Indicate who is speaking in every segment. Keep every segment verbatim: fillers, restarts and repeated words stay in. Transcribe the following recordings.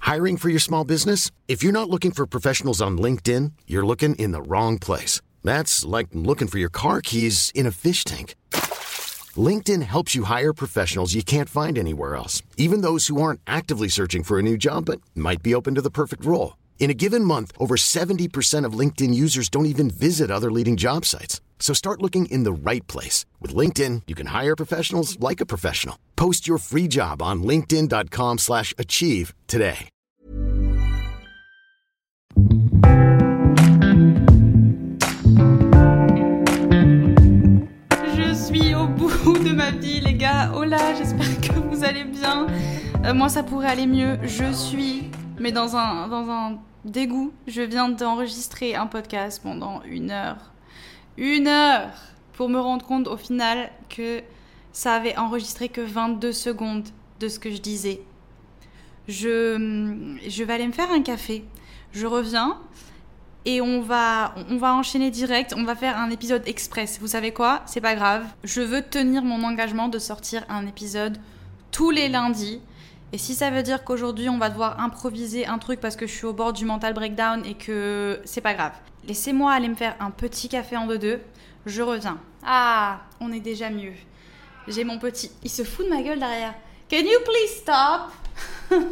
Speaker 1: Hiring for your small business? If you're not looking for professionals on LinkedIn, you're looking in the wrong place. That's like looking for your car keys in a fish tank. LinkedIn helps you hire professionals you can't find anywhere else, even those who aren't actively searching for a new job but might be open to the perfect role. In a given month, over seventy percent of LinkedIn users don't even visit other leading job sites. So start looking in the right place. With LinkedIn, you can hire professionals like a professional. Post your free job on linkedin.com slash achieve today.
Speaker 2: Je suis au bout de ma vie, les gars. Hola, j'espère que vous allez bien. Euh, moi, ça pourrait aller mieux. Je suis, mais dans un, dans un dégoût. Je viens d'enregistrer un podcast pendant une heure. Une heure pour me rendre compte au final que ça avait enregistré que vingt-deux secondes de ce que je disais. Je, je vais aller me faire un café. Je reviens et on va, on va enchaîner direct. On va faire un épisode express. Vous savez quoi ? C'est pas grave. Je veux tenir mon engagement de sortir un épisode tous les lundis. Et si ça veut dire qu'aujourd'hui on va devoir improviser un truc parce que je suis au bord du mental breakdown et que c'est pas grave. Laissez-moi aller me faire un petit café en deux-deux. Je reviens. Ah, on est déjà mieux. J'ai mon petit... Il se fout de ma gueule derrière. Can you please stop?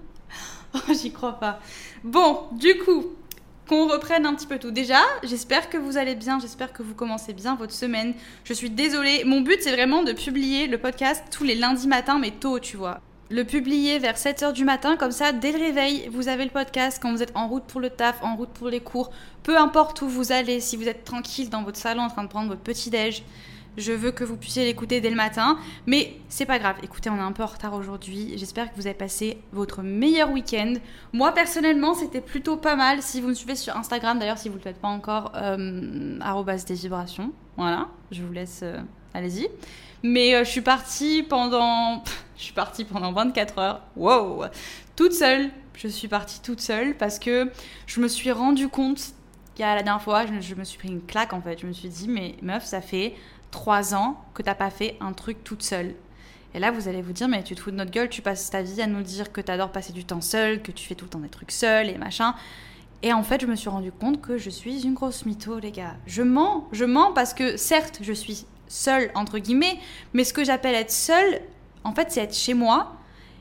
Speaker 2: Oh, j'y crois pas. Bon, du coup, qu'on reprenne un petit peu tout. Déjà, j'espère que vous allez bien. J'espère que vous commencez bien votre semaine. Je suis désolée. Mon but, c'est vraiment de publier le podcast tous les lundis matins, mais tôt, tu vois. Le publier vers sept heures du matin, comme ça, dès le réveil, vous avez le podcast quand vous êtes en route pour le taf, en route pour les cours, peu importe où vous allez, si vous êtes tranquille dans votre salon en train de prendre votre petit-déj, je veux que vous puissiez l'écouter dès le matin, mais c'est pas grave. Écoutez, on est un peu en retard aujourd'hui, j'espère que vous avez passé votre meilleur week-end. Moi, personnellement, c'était plutôt pas mal. Si vous me suivez sur Instagram, d'ailleurs, si vous le faites pas encore, euh, arobase des vibrations, voilà, je vous laisse, euh, allez-y. Mais euh, je suis partie pendant... Je suis partie pendant vingt-quatre heures. Wow! Toute seule. Je suis partie toute seule parce que je me suis rendu compte qu'il y a la dernière fois, je, je me suis pris une claque en fait. Je me suis dit, mais meuf, ça fait trois ans que t'as pas fait un truc toute seule. Et là, vous allez vous dire, mais tu te fous de notre gueule, tu passes ta vie à nous dire que t'adores passer du temps seule, que tu fais tout le temps des trucs seule et machin. Et en fait, je me suis rendu compte que je suis une grosse mytho, les gars. Je mens, je mens parce que certes, je suis seule, entre guillemets, mais ce que j'appelle être seule, en fait, c'est être chez moi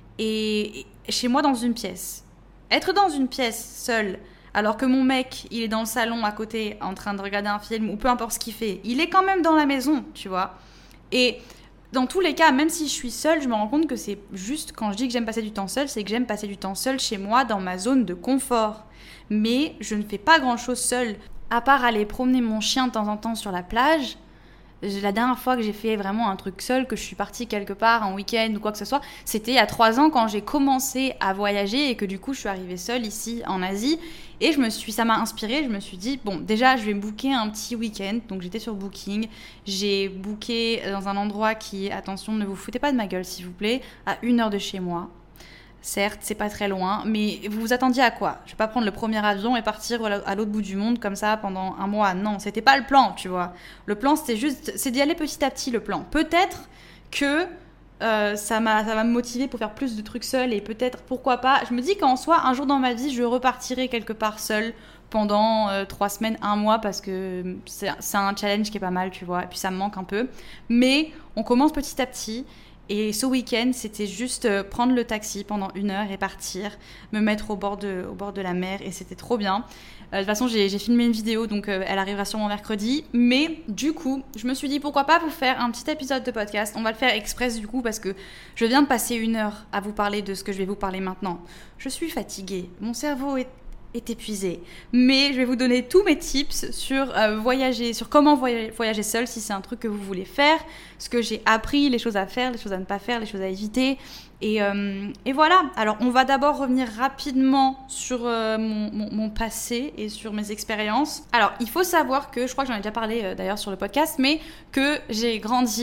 Speaker 2: et chez moi dans une pièce. Être dans une pièce seule, alors que mon mec, il est dans le salon à côté en train de regarder un film ou peu importe ce qu'il fait, il est quand même dans la maison, tu vois. Et dans tous les cas, même si je suis seule, je me rends compte que c'est juste, quand je dis que j'aime passer du temps seule, c'est que j'aime passer du temps seule chez moi dans ma zone de confort. Mais je ne fais pas grand-chose seule, à part aller promener mon chien de temps en temps sur la plage. La dernière fois que j'ai fait vraiment un truc seul, que je suis partie quelque part en week-end ou quoi que ce soit, c'était il y a trois ans quand j'ai commencé à voyager et que du coup je suis arrivée seule ici en Asie et je me suis, ça m'a inspirée, je me suis dit bon déjà je vais booker un petit week-end, donc j'étais sur Booking, j'ai booké dans un endroit qui, attention ne vous foutez pas de ma gueule s'il vous plaît, à une heure de chez moi. Certes, c'est pas très loin, mais vous vous attendiez à quoi ? Je vais pas prendre le premier avion et partir à l'autre bout du monde comme ça pendant un mois. Non, c'était pas le plan, tu vois. Le plan, c'était juste, c'est d'y aller petit à petit, le plan. Peut-être que euh, ça m'a, ça va me motiver pour faire plus de trucs seule et peut-être, pourquoi pas. Je me dis qu'en soi, un jour dans ma vie, je repartirai quelque part seule pendant euh, trois semaines, un mois, parce que c'est, c'est un challenge qui est pas mal, tu vois. Et puis ça me manque un peu. Mais on commence petit à petit. Et ce week-end, c'était juste prendre le taxi pendant une heure et partir, me mettre au bord de, au bord de la mer, et c'était trop bien. Euh, de toute façon, j'ai, j'ai filmé une vidéo, donc euh, elle arrivera sûrement mercredi. Mais du coup, je me suis dit, pourquoi pas vous faire un petit épisode de podcast. On va le faire express du coup, parce que je viens de passer une heure à vous parler de ce que je vais vous parler maintenant. Je suis fatiguée, mon cerveau est est épuisé. Mais je vais vous donner tous mes tips sur euh, voyager, sur comment voyager, voyager seul si c'est un truc que vous voulez faire, ce que j'ai appris, les choses à faire, les choses à ne pas faire, les choses à éviter. Et, euh, et voilà. Alors, on va d'abord revenir rapidement sur euh, mon, mon, mon passé et sur mes expériences. Alors, il faut savoir que, je crois que j'en ai déjà parlé euh, d'ailleurs sur le podcast, mais que j'ai grandi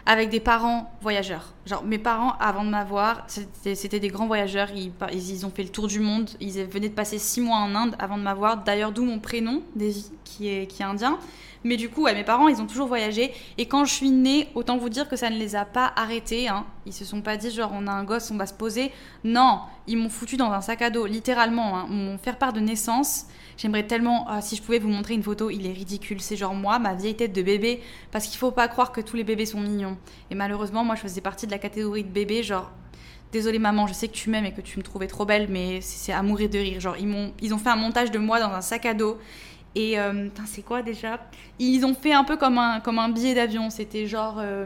Speaker 2: avec des parents voyageurs. Genre, mes parents, avant de m'avoir, c'était, c'était des grands voyageurs. Ils, ils, ils ont fait le tour du monde. Ils venaient de passer six mois en Inde avant de m'avoir. D'ailleurs, d'où mon prénom, Davy, qui est, qui est indien. Mais du coup, ouais, mes parents, ils ont toujours voyagé. Et quand je suis née, autant vous dire que ça ne les a pas arrêtés. Hein. Ils se sont pas dit, genre, on a un gosse, on va se poser. Non, ils m'ont foutu dans un sac à dos, littéralement. Hein. Mon faire-part de naissance, j'aimerais tellement... Ah, si je pouvais vous montrer une photo, il est ridicule. C'est genre moi, ma vieille tête de bébé. Parce qu'il faut pas croire que tous les bébés sont mignons. Et malheureusement, moi, je faisais partie de la catégorie de bébés, genre... Désolée maman, je sais que tu m'aimes et que tu me trouvais trop belle, mais c'est, c'est à mourir de rire. Genre, ils, m'ont, ils ont fait un montage de moi dans un sac à dos. Et euh, c'est quoi déjà ? Ils ont fait un peu comme un, comme un billet d'avion. C'était genre euh,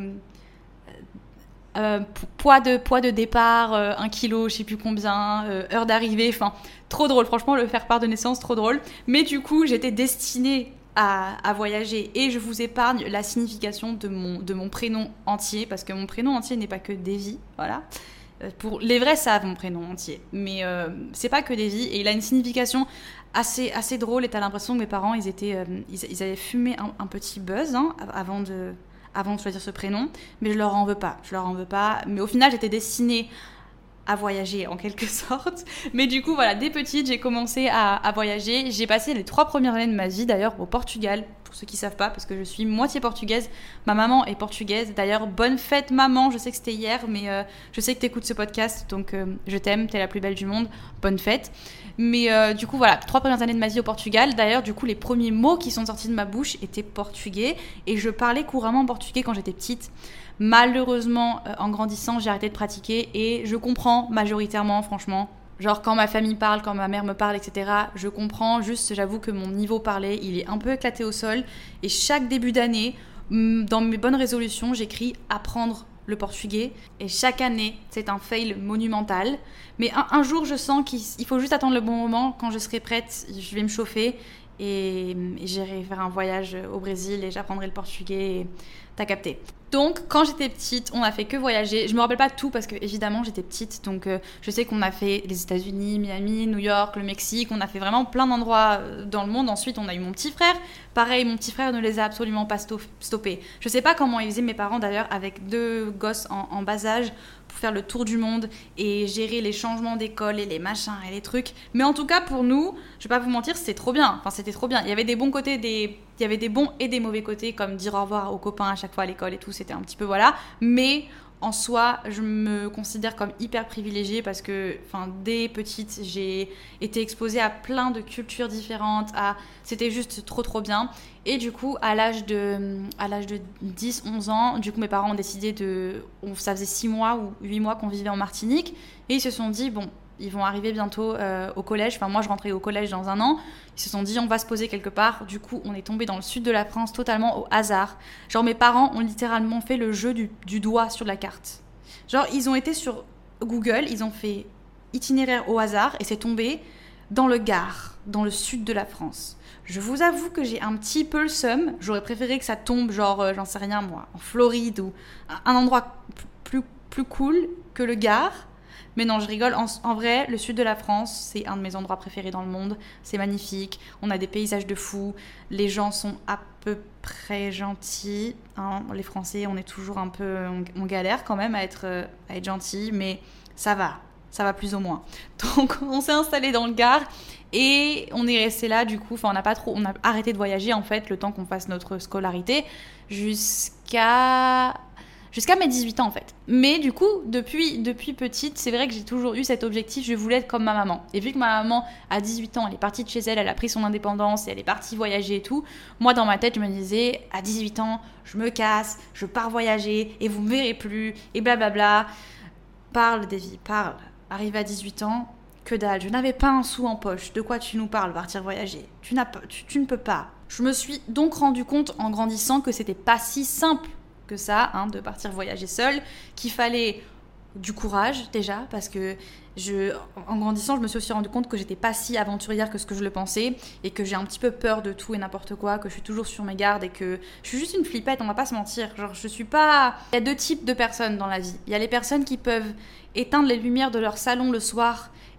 Speaker 2: euh, poids, de, poids de départ, euh, un kilo, je sais plus combien, euh, heure d'arrivée. Enfin, trop drôle. Franchement, le faire part de naissance, trop drôle. Mais du coup, j'étais destinée à, à voyager. Et je vous épargne la signification de mon, de mon prénom entier. Parce que mon prénom entier n'est pas que Davy. Voilà. Pour les vrais savent mon prénom entier, mais euh, c'est pas que Davy, et il a une signification assez, assez drôle, et t'as l'impression que mes parents ils, étaient, euh, ils, ils avaient fumé un, un petit buzz hein, avant, de, avant de choisir ce prénom, mais je leur en veux pas, je leur en veux pas, mais au final j'étais destinée à voyager en quelque sorte, mais du coup voilà, dès petite j'ai commencé à, à voyager. J'ai passé les trois premières années de ma vie d'ailleurs au Portugal, pour ceux qui savent pas, parce que je suis moitié portugaise, ma maman est portugaise, d'ailleurs bonne fête maman, je sais que c'était hier, mais euh, je sais que t'écoutes ce podcast, donc euh, je t'aime, t'es la plus belle du monde, bonne fête. Mais euh, du coup voilà, trois premières années de ma vie au Portugal, d'ailleurs du coup les premiers mots qui sont sortis de ma bouche étaient portugais, et je parlais couramment portugais quand j'étais petite. Malheureusement, euh, en grandissant, j'ai arrêté de pratiquer et je comprends majoritairement, franchement. Genre quand ma famille parle, quand ma mère me parle, et cetera, je comprends. Juste, j'avoue que mon niveau parlé, il est un peu éclaté au sol. Et chaque début d'année, dans mes bonnes résolutions, j'écris apprendre le portugais. Et chaque année, c'est un fail monumental. Mais un, un jour, je sens qu'il faut juste attendre le bon moment. Quand je serai prête, je vais me chauffer. Et, et j'irai faire un voyage au Brésil et j'apprendrai le portugais. Et t'as capté. Donc, quand j'étais petite, on a fait que voyager. Je me rappelle pas tout parce que, évidemment, j'étais petite. Donc, euh, je sais qu'on a fait les États-Unis, Miami, New York, le Mexique. On a fait vraiment plein d'endroits dans le monde. Ensuite, on a eu mon petit frère. Pareil, mon petit frère ne les a absolument pas stoppés. Je sais pas comment ils faisaient mes parents d'ailleurs avec deux gosses en, en bas âge pour faire le tour du monde et gérer les changements d'école et les machins et les trucs. Mais en tout cas, pour nous, je vais pas vous mentir, c'était trop bien. Enfin, c'était trop bien. Il y avait des bons côtés, des... il y avait des bons et des mauvais côtés, comme dire au revoir aux copains à chaque fois à l'école et tout. C'était un petit peu voilà. Mais en soi, je me considère comme hyper privilégiée parce que, enfin, dès petite, j'ai été exposée à plein de cultures différentes. À... C'était juste trop, trop bien. Et du coup, à l'âge de, à l'âge de dix onze ans, du coup, mes parents ont décidé de... Ça faisait six mois ou huit mois qu'on vivait en Martinique. Et ils se sont dit, bon, ils vont arriver bientôt euh, au collège. Enfin, moi, je rentrais au collège dans un an. Ils se sont dit, on va se poser quelque part. Du coup, on est tombé dans le sud de la France totalement au hasard. Genre, mes parents ont littéralement fait le jeu du, du doigt sur la carte. Genre, ils ont été sur Google, ils ont fait itinéraire au hasard et c'est tombé dans le Gard, dans le sud de la France. Je vous avoue que j'ai un petit peu le seum. J'aurais préféré que ça tombe, genre, euh, j'en sais rien moi, en Floride ou un endroit plus, plus cool que le Gard. Mais non, je rigole. En, en vrai, le sud de la France, c'est un de mes endroits préférés dans le monde. C'est magnifique. On a des paysages de fou. Les gens sont à peu près gentils. Hein. Les Français, on est toujours un peu... On, on galère quand même à être, euh, à être gentils, mais ça va. Ça va plus ou moins. Donc, on s'est installé dans le Gard et on est resté là, du coup. Enfin, on n'a pas trop... On a arrêté de voyager, en fait, le temps qu'on fasse notre scolarité jusqu'à... Jusqu'à mes dix-huit ans en fait. Mais du coup, depuis, depuis petite, c'est vrai que j'ai toujours eu cet objectif, je voulais être comme ma maman. Et vu que ma maman, à dix-huit ans, elle est partie de chez elle, elle a pris son indépendance et elle est partie voyager et tout, moi dans ma tête, je me disais, à dix-huit ans, je me casse, je pars voyager et vous me verrez plus, et blablabla. Parle, Davy, parle. Arrivé à dix-huit ans, que dalle, je n'avais pas un sou en poche. De quoi tu nous parles, partir voyager ? Tu, n'as pas, tu, tu ne peux pas. Je me suis donc rendu compte en grandissant que c'était pas si simple que ça, hein, de partir voyager seule, qu'il fallait du courage déjà, parce que je, en grandissant, je me suis aussi rendu compte que j'étais pas si aventurière que ce que je le pensais, et que j'ai un petit peu peur de tout et n'importe quoi, que je suis toujours sur mes gardes, et que je suis juste une flippette, on va pas se mentir. Genre, je suis pas... Il y a deux types de personnes dans la vie. Il y a les personnes qui peuvent éteindre les lumières de leur salon le soir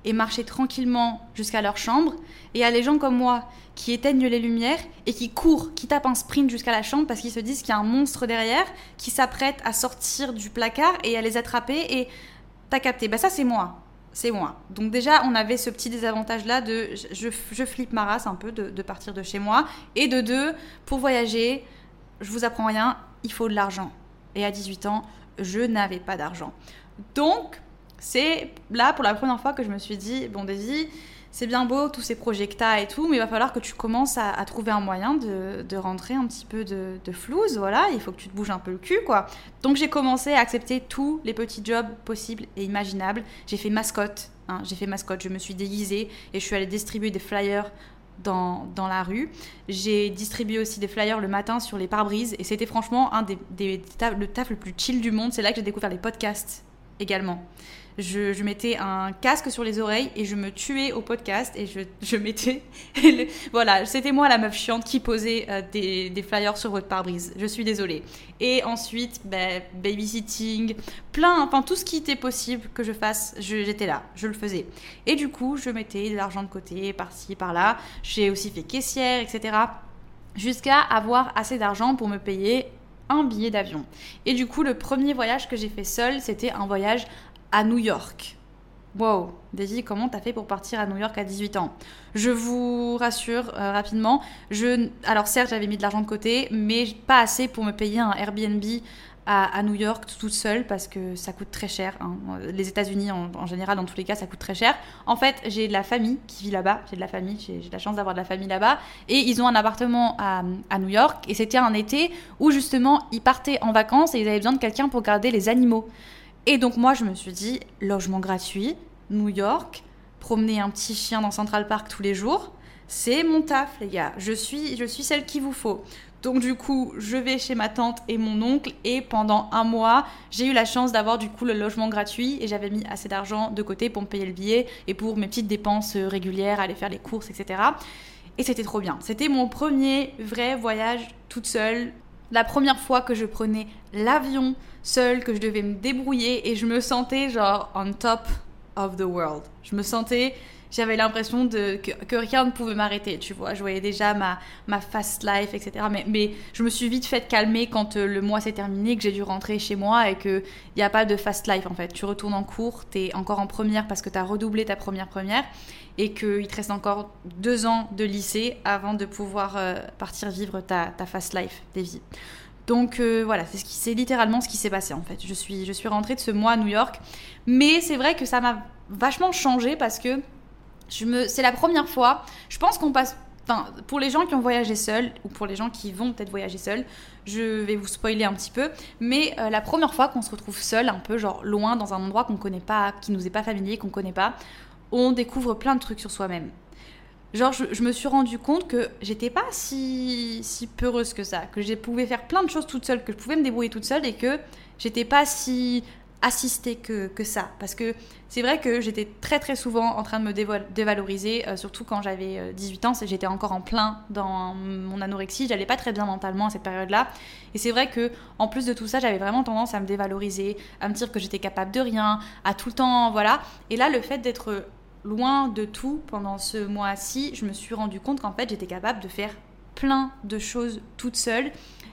Speaker 2: et marcher tranquillement jusqu'à leur chambre. Et il y a les gens comme moi qui éteignent les lumières et qui courent, qui tapent un sprint jusqu'à la chambre parce qu'ils se disent qu'il y a un monstre derrière qui s'apprête à sortir du placard et à les attraper. Et t'as capté, bah ça c'est moi. C'est moi. Donc déjà, on avait ce petit désavantage-là de je, je flippe ma race un peu de, de partir de chez moi. Et de deux, pour voyager, je vous apprends rien, il faut de l'argent. Et à dix-huit ans, je n'avais pas d'argent. Donc, c'est là pour la première fois que je me suis dit, bon Daisy, c'est bien beau tous ces projets que t'as et tout, mais il va falloir que tu commences à, à trouver un moyen de, de rentrer un petit peu de, de flouze, voilà, il faut que tu te bouges un peu le cul, quoi. Donc j'ai commencé à accepter tous les petits jobs possibles et imaginables. J'ai fait mascotte, hein, j'ai fait mascotte, je me suis déguisée et je suis allée distribuer des flyers dans, dans la rue. J'ai distribué aussi des flyers le matin sur les pare-brises et c'était franchement un des, des, des taf, le taf le plus chill du monde. C'est là que j'ai découvert les podcasts également. Je, je mettais un casque sur les oreilles et je me tuais au podcast et je, je mettais... le, voilà, c'était moi la meuf chiante qui posait euh, des, des flyers sur votre pare-brise. Je suis désolée. Et ensuite, bah, babysitting, plein, enfin tout ce qui était possible que je fasse, je, j'étais là, je le faisais. Et du coup, je mettais de l'argent de côté, par-ci, par-là. J'ai aussi fait caissière, et cetera. Jusqu'à avoir assez d'argent pour me payer un billet d'avion. Et du coup, le premier voyage que j'ai fait seule, c'était un voyage à New York. Wow, Daisy, comment t'as fait pour partir à New York à dix-huit ans ? Je vous rassure euh, rapidement, je... alors certes j'avais mis de l'argent de côté, mais pas assez pour me payer un Airbnb à, à New York toute seule parce que ça coûte très cher. Hein. Les États-Unis en, en général, dans tous les cas, ça coûte très cher. En fait, j'ai de la famille qui vit là-bas, j'ai de la famille, j'ai, j'ai de la chance d'avoir de la famille là-bas, et ils ont un appartement à, à New York, et c'était un été où justement ils partaient en vacances et ils avaient besoin de quelqu'un pour garder les animaux. Et donc moi, je me suis dit, logement gratuit, New York, promener un petit chien dans Central Park tous les jours, c'est mon taf, les gars. Je suis, je suis celle qu'il vous faut. Donc du coup, je vais chez ma tante et mon oncle et pendant un mois, j'ai eu la chance d'avoir du coup le logement gratuit et j'avais mis assez d'argent de côté pour me payer le billet et pour mes petites dépenses régulières, aller faire les courses, et cetera. Et c'était trop bien. C'était mon premier vrai voyage toute seule. La première fois que je prenais l'avion seule, que je devais me débrouiller et je me sentais genre on top of the world. Je me sentais, j'avais l'impression de, que, que rien ne pouvait m'arrêter, tu vois. Je voyais déjà ma, ma fast life, et cetera. Mais, mais je me suis vite fait calmer quand euh, le mois s'est terminé, que j'ai dû rentrer chez moi et qu'il n'y a pas de fast life en fait. Tu retournes en cours, t'es encore en première parce que t'as redoublé ta première première et qu'il te reste encore deux ans de lycée avant de pouvoir euh, partir vivre ta, ta fast life des vies. Donc euh, voilà, c'est, ce qui, c'est littéralement ce qui s'est passé en fait. Je suis, je suis rentrée de ce mois à New York, mais c'est vrai que ça m'a vachement changé parce que je me, c'est la première fois, je pense qu'on passe, enfin pour les gens qui ont voyagé seuls ou pour les gens qui vont peut-être voyager seuls, je vais vous spoiler un petit peu, mais euh, la première fois qu'on se retrouve seul, un peu genre loin dans un endroit qu'on connaît pas, qui nous est pas familier, qu'on connaît pas, on découvre plein de trucs sur soi-même. Genre, je, je me suis rendu compte que j'étais pas si, si peureuse que ça, que je pouvais faire plein de choses toute seule, que je pouvais me débrouiller toute seule et que j'étais pas si assistée que, que ça. Parce que c'est vrai que j'étais très très souvent en train de me dévo- dévaloriser, euh, surtout quand j'avais euh, dix-huit ans, j'étais encore en plein dans mon anorexie, j'allais pas très bien mentalement à cette période-là. Et c'est vrai que en plus de tout ça, j'avais vraiment tendance à me dévaloriser, à me dire que j'étais capable de rien, à tout le temps, voilà. Et là, le fait d'être loin de tout pendant ce mois-ci, je me suis rendu compte qu'en fait j'étais capable de faire plein de choses toute seule.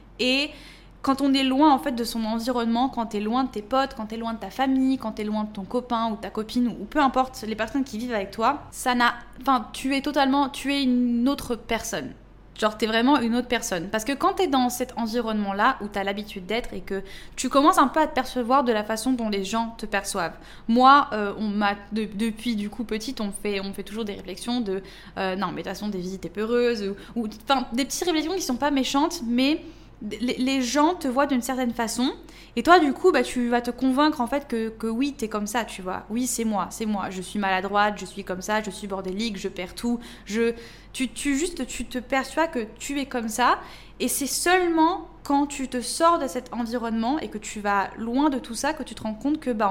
Speaker 2: Et quand on est loin en fait de son environnement, quand t'es loin de tes potes, quand t'es loin de ta famille, quand t'es loin de ton copain ou ta copine ou peu importe les personnes qui vivent avec toi, ça n'a, enfin tu es totalement, tu es une autre personne. Genre, t'es vraiment une autre personne. Parce que quand t'es dans cet environnement-là, où t'as l'habitude d'être et que tu commences un peu à te percevoir de la façon dont les gens te perçoivent. Moi, euh, on m'a, de, depuis du coup petite, on fait, on fait toujours des réflexions de euh, non, mais de toute façon, des visites, t'es peureuse. Ou, enfin, des petites réflexions qui sont pas méchantes, mais les, les gens te voient d'une certaine façon. Et toi, du coup, bah, tu vas te convaincre en fait que, que oui, t'es comme ça, tu vois. Oui, c'est moi, c'est moi. Je suis maladroite, je suis comme ça, je suis bordélique, je perds tout. Je, tu, tu, juste, tu te perçois que tu es comme ça. Et c'est seulement quand tu te sors de cet environnement et que tu vas loin de tout ça que tu te rends compte que, bah, en fait,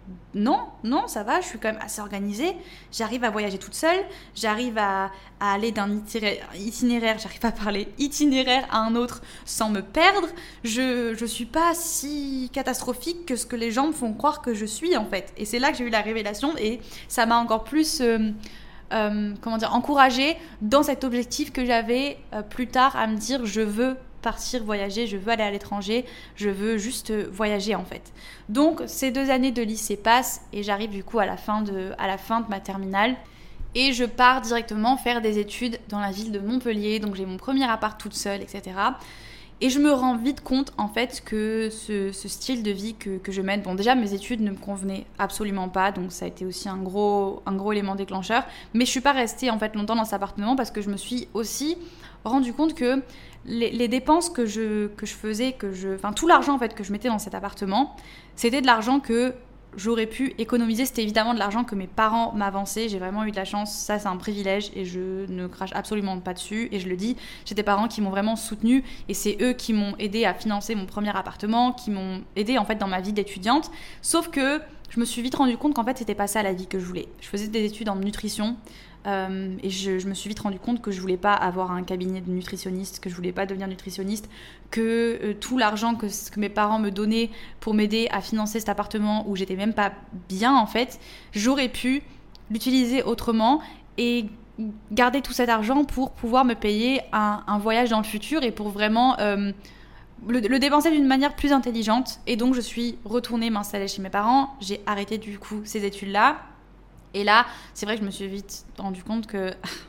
Speaker 2: non, non, ça va, je suis quand même assez organisée. J'arrive à voyager toute seule, j'arrive à, à aller d'un itinéraire, itinéraire, j'arrive pas à parler, itinéraire à un autre sans me perdre. Je, je suis pas si catastrophique que ce que les gens me font croire que je suis, en fait. Et c'est là que j'ai eu la révélation et ça m'a encore plus... Euh, euh, comment dire, encouragée dans cet objectif que j'avais euh, plus tard à me dire je veux partir voyager, je veux aller à l'étranger, je veux juste voyager en fait. Donc ces deux années de lycée passent et j'arrive du coup à la fin de, à la fin de ma terminale et je pars directement faire des études dans la ville de Montpellier, donc j'ai mon premier appart toute seule, et cetera. Et je me rends vite compte en fait que ce, ce style de vie que, que je mène, bon déjà mes études ne me convenaient absolument pas, donc ça a été aussi un gros, un gros élément déclencheur, mais je suis pas restée en fait longtemps dans cet appartement parce que je me suis aussi rendu compte que les, les dépenses que je, que je faisais, que je, enfin tout l'argent en fait que je mettais dans cet appartement, c'était de l'argent que j'aurais pu économiser. C'était évidemment de l'argent que mes parents m'avançaient. J'ai vraiment eu de la chance. Ça, c'est un privilège et je ne crache absolument pas dessus. Et je le dis, j'ai des parents qui m'ont vraiment soutenue et c'est eux qui m'ont aidé à financer mon premier appartement, qui m'ont aidé en fait dans ma vie d'étudiante. Sauf que je me suis vite rendu compte qu'en fait, c'était pas ça la vie que je voulais. Je faisais des études en nutrition. Euh, et je, je me suis vite rendu compte que je voulais pas avoir un cabinet de nutritionniste, que je voulais pas devenir nutritionniste, que euh, tout l'argent que, que mes parents me donnaient pour m'aider à financer cet appartement où j'étais même pas bien en fait, j'aurais pu l'utiliser autrement et garder tout cet argent pour pouvoir me payer un, un voyage dans le futur et pour vraiment euh, le, le dépenser d'une manière plus intelligente. Et donc je suis retournée m'installer chez mes parents, j'ai arrêté du coup ces études-là. Et là, c'est vrai que je me suis vite rendu compte que,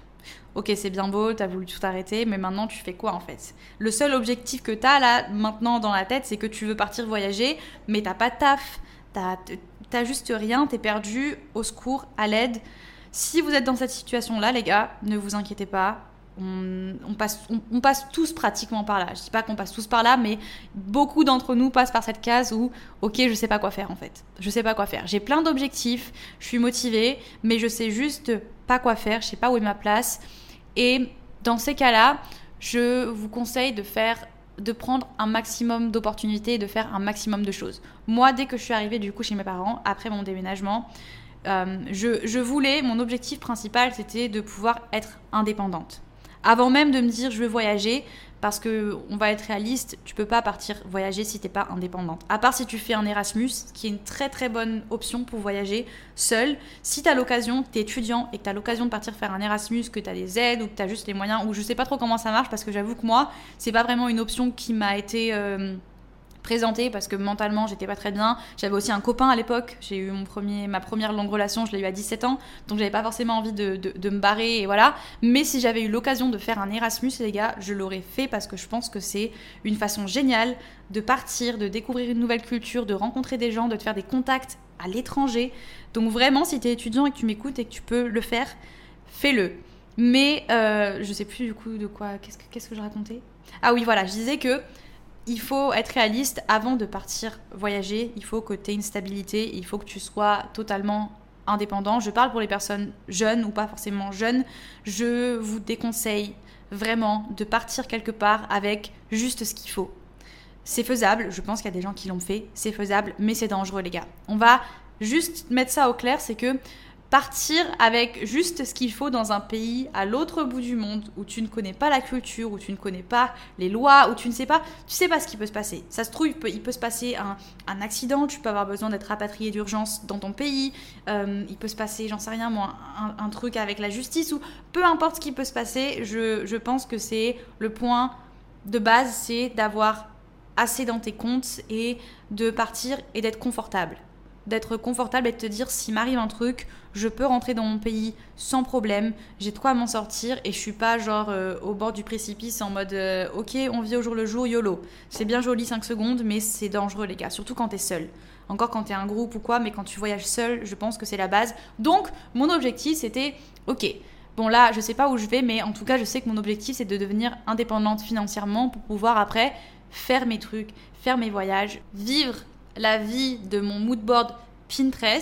Speaker 2: ok, c'est bien beau, t'as voulu tout arrêter, mais maintenant tu fais quoi en fait ? Le seul objectif que t'as là, maintenant dans la tête, c'est que tu veux partir voyager, mais t'as pas de taf, t'as, t'as juste rien, t'es perdu, au secours, à l'aide. Si vous êtes dans cette situation-là, les gars, ne vous inquiétez pas. On, on, passe, on, on passe tous pratiquement par là. Je dis pas qu'on passe tous par là, mais beaucoup d'entre nous passent par cette case où, ok, je sais pas quoi faire en fait. Je sais pas quoi faire. J'ai plein d'objectifs, je suis motivée, mais je sais juste pas quoi faire, je sais pas où est ma place. Et dans ces cas-là, je vous conseille de faire, de prendre un maximum d'opportunités et de faire un maximum de choses. Moi, dès que je suis arrivée du coup chez mes parents, après mon déménagement, euh, je, je voulais, mon objectif principal, c'était de pouvoir être indépendante. Avant même de me dire je veux voyager, parce que on va être réaliste, tu peux pas partir voyager si t'es pas indépendante. À part si tu fais un Erasmus, qui est une très très bonne option pour voyager seule. Si t'as l'occasion, que t'es étudiant et que t'as l'occasion de partir faire un Erasmus, que t'as des aides ou que t'as juste les moyens, ou je sais pas trop comment ça marche, parce que j'avoue que moi, c'est pas vraiment une option qui m'a été euh, présentée parce que mentalement j'étais pas très bien. J'avais aussi un copain à l'époque, j'ai eu mon premier, ma première longue relation, je l'ai eu à dix-sept ans, donc j'avais pas forcément envie de, de, de me barrer et voilà. Mais si j'avais eu l'occasion de faire un Erasmus, les gars, je l'aurais fait parce que je pense que c'est une façon géniale de partir, de découvrir une nouvelle culture, de rencontrer des gens, de te faire des contacts à l'étranger. Donc vraiment, si t'es étudiant et que tu m'écoutes et que tu peux le faire, fais-le. Mais euh, je sais plus du coup de quoi, qu'est-ce que, qu'est-ce que je racontais ? Ah oui, voilà, je disais que il faut être réaliste avant de partir voyager. Il faut que tu aies une stabilité. Il faut que tu sois totalement indépendant. Je parle pour les personnes jeunes ou pas forcément jeunes. Je vous déconseille vraiment de partir quelque part avec juste ce qu'il faut. C'est faisable. Je pense qu'il y a des gens qui l'ont fait. C'est faisable, mais c'est dangereux, les gars. On va juste mettre ça au clair. C'est que partir avec juste ce qu'il faut dans un pays à l'autre bout du monde où tu ne connais pas la culture, où tu ne connais pas les lois, où tu ne sais pas, tu sais pas ce qui peut se passer. Ça se trouve, il peut, il peut se passer un, un accident, tu peux avoir besoin d'être rapatrié d'urgence dans ton pays, euh, il peut se passer, j'en sais rien moi, un, un truc avec la justice ou peu importe ce qui peut se passer, je, je pense que c'est le point de base, c'est d'avoir assez dans tes comptes et de partir et d'être confortable. D'être confortable et de te dire s'il m'arrive un truc, je peux rentrer dans mon pays sans problème, j'ai de quoi m'en sortir et je suis pas genre euh, au bord du précipice en mode euh, ok on vit au jour le jour YOLO. C'est bien joli cinq secondes mais c'est dangereux les gars, surtout quand t'es seul. Encore quand t'es un groupe ou quoi, mais quand tu voyages seul, je pense que c'est la base. Donc mon objectif c'était ok, bon là je sais pas où je vais mais en tout cas je sais que mon objectif c'est de devenir indépendante financièrement pour pouvoir après faire mes trucs, faire mes voyages, vivre la vie de mon moodboard Pinterest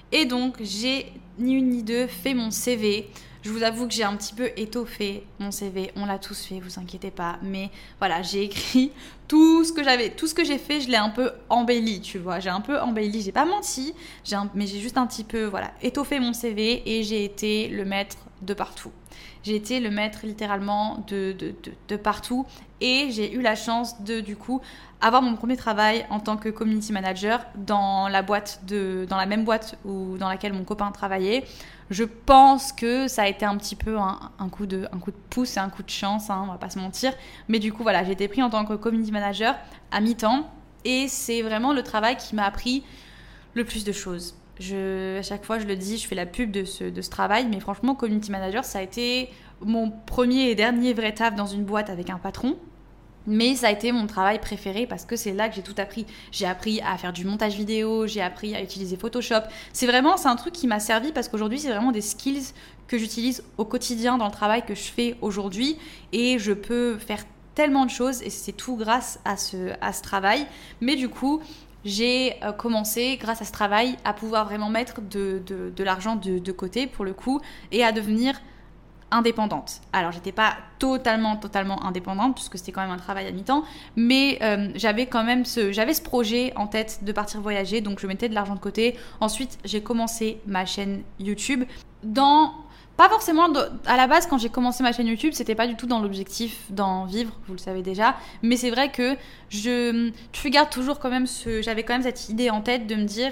Speaker 2: Et donc, j'ai ni une ni deux fait mon C V. Je vous avoue que j'ai un petit peu étoffé mon C V. On l'a tous fait, vous inquiétez pas. Mais voilà, j'ai écrit tout ce que j'avais, tout ce que j'ai fait, je l'ai un peu embelli, tu vois. J'ai un peu embelli, j'ai pas menti, j'ai un, mais j'ai juste un petit peu, voilà, étoffé mon C V et j'ai été le mettre de partout. J'ai été le mettre littéralement de, de, de, de partout et j'ai eu la chance de, du coup, avoir mon premier travail en tant que community manager dans la boîte de, dans la même boîte où, dans laquelle mon copain travaillait. Je pense que ça a été un petit peu un, un, coup, de, un coup de pouce et un coup de chance, hein, on va pas se mentir. Mais du coup, voilà, j'ai été pris en tant que community manager à mi-temps et c'est vraiment le travail qui m'a appris le plus de choses. Je, à chaque fois, je le dis, je fais la pub de ce, de ce travail, mais franchement, community manager, ça a été mon premier et dernier vrai taf dans une boîte avec un patron. Mais ça a été mon travail préféré parce que c'est là que j'ai tout appris. J'ai appris à faire du montage vidéo, j'ai appris à utiliser Photoshop. C'est vraiment, c'est un truc qui m'a servi parce qu'aujourd'hui, c'est vraiment des skills que j'utilise au quotidien dans le travail que je fais aujourd'hui. Et je peux faire tellement de choses et c'est tout grâce à ce, à ce travail. Mais du coup, j'ai commencé, grâce à ce travail, à pouvoir vraiment mettre de, de, de l'argent de, de côté, pour le coup, et à devenir indépendante. Alors, j'étais pas totalement, totalement indépendante, puisque c'était quand même un travail à mi-temps, mais euh, j'avais quand même ce, j'avais ce projet en tête de partir voyager, donc je mettais de l'argent de côté. Ensuite, j'ai commencé ma chaîne YouTube. Dans... Pas forcément, à la base, quand j'ai commencé ma chaîne YouTube, c'était pas du tout dans l'objectif d'en vivre, vous le savez déjà, mais c'est vrai que je, je garde toujours quand même ce, j'avais quand même cette idée en tête de me dire,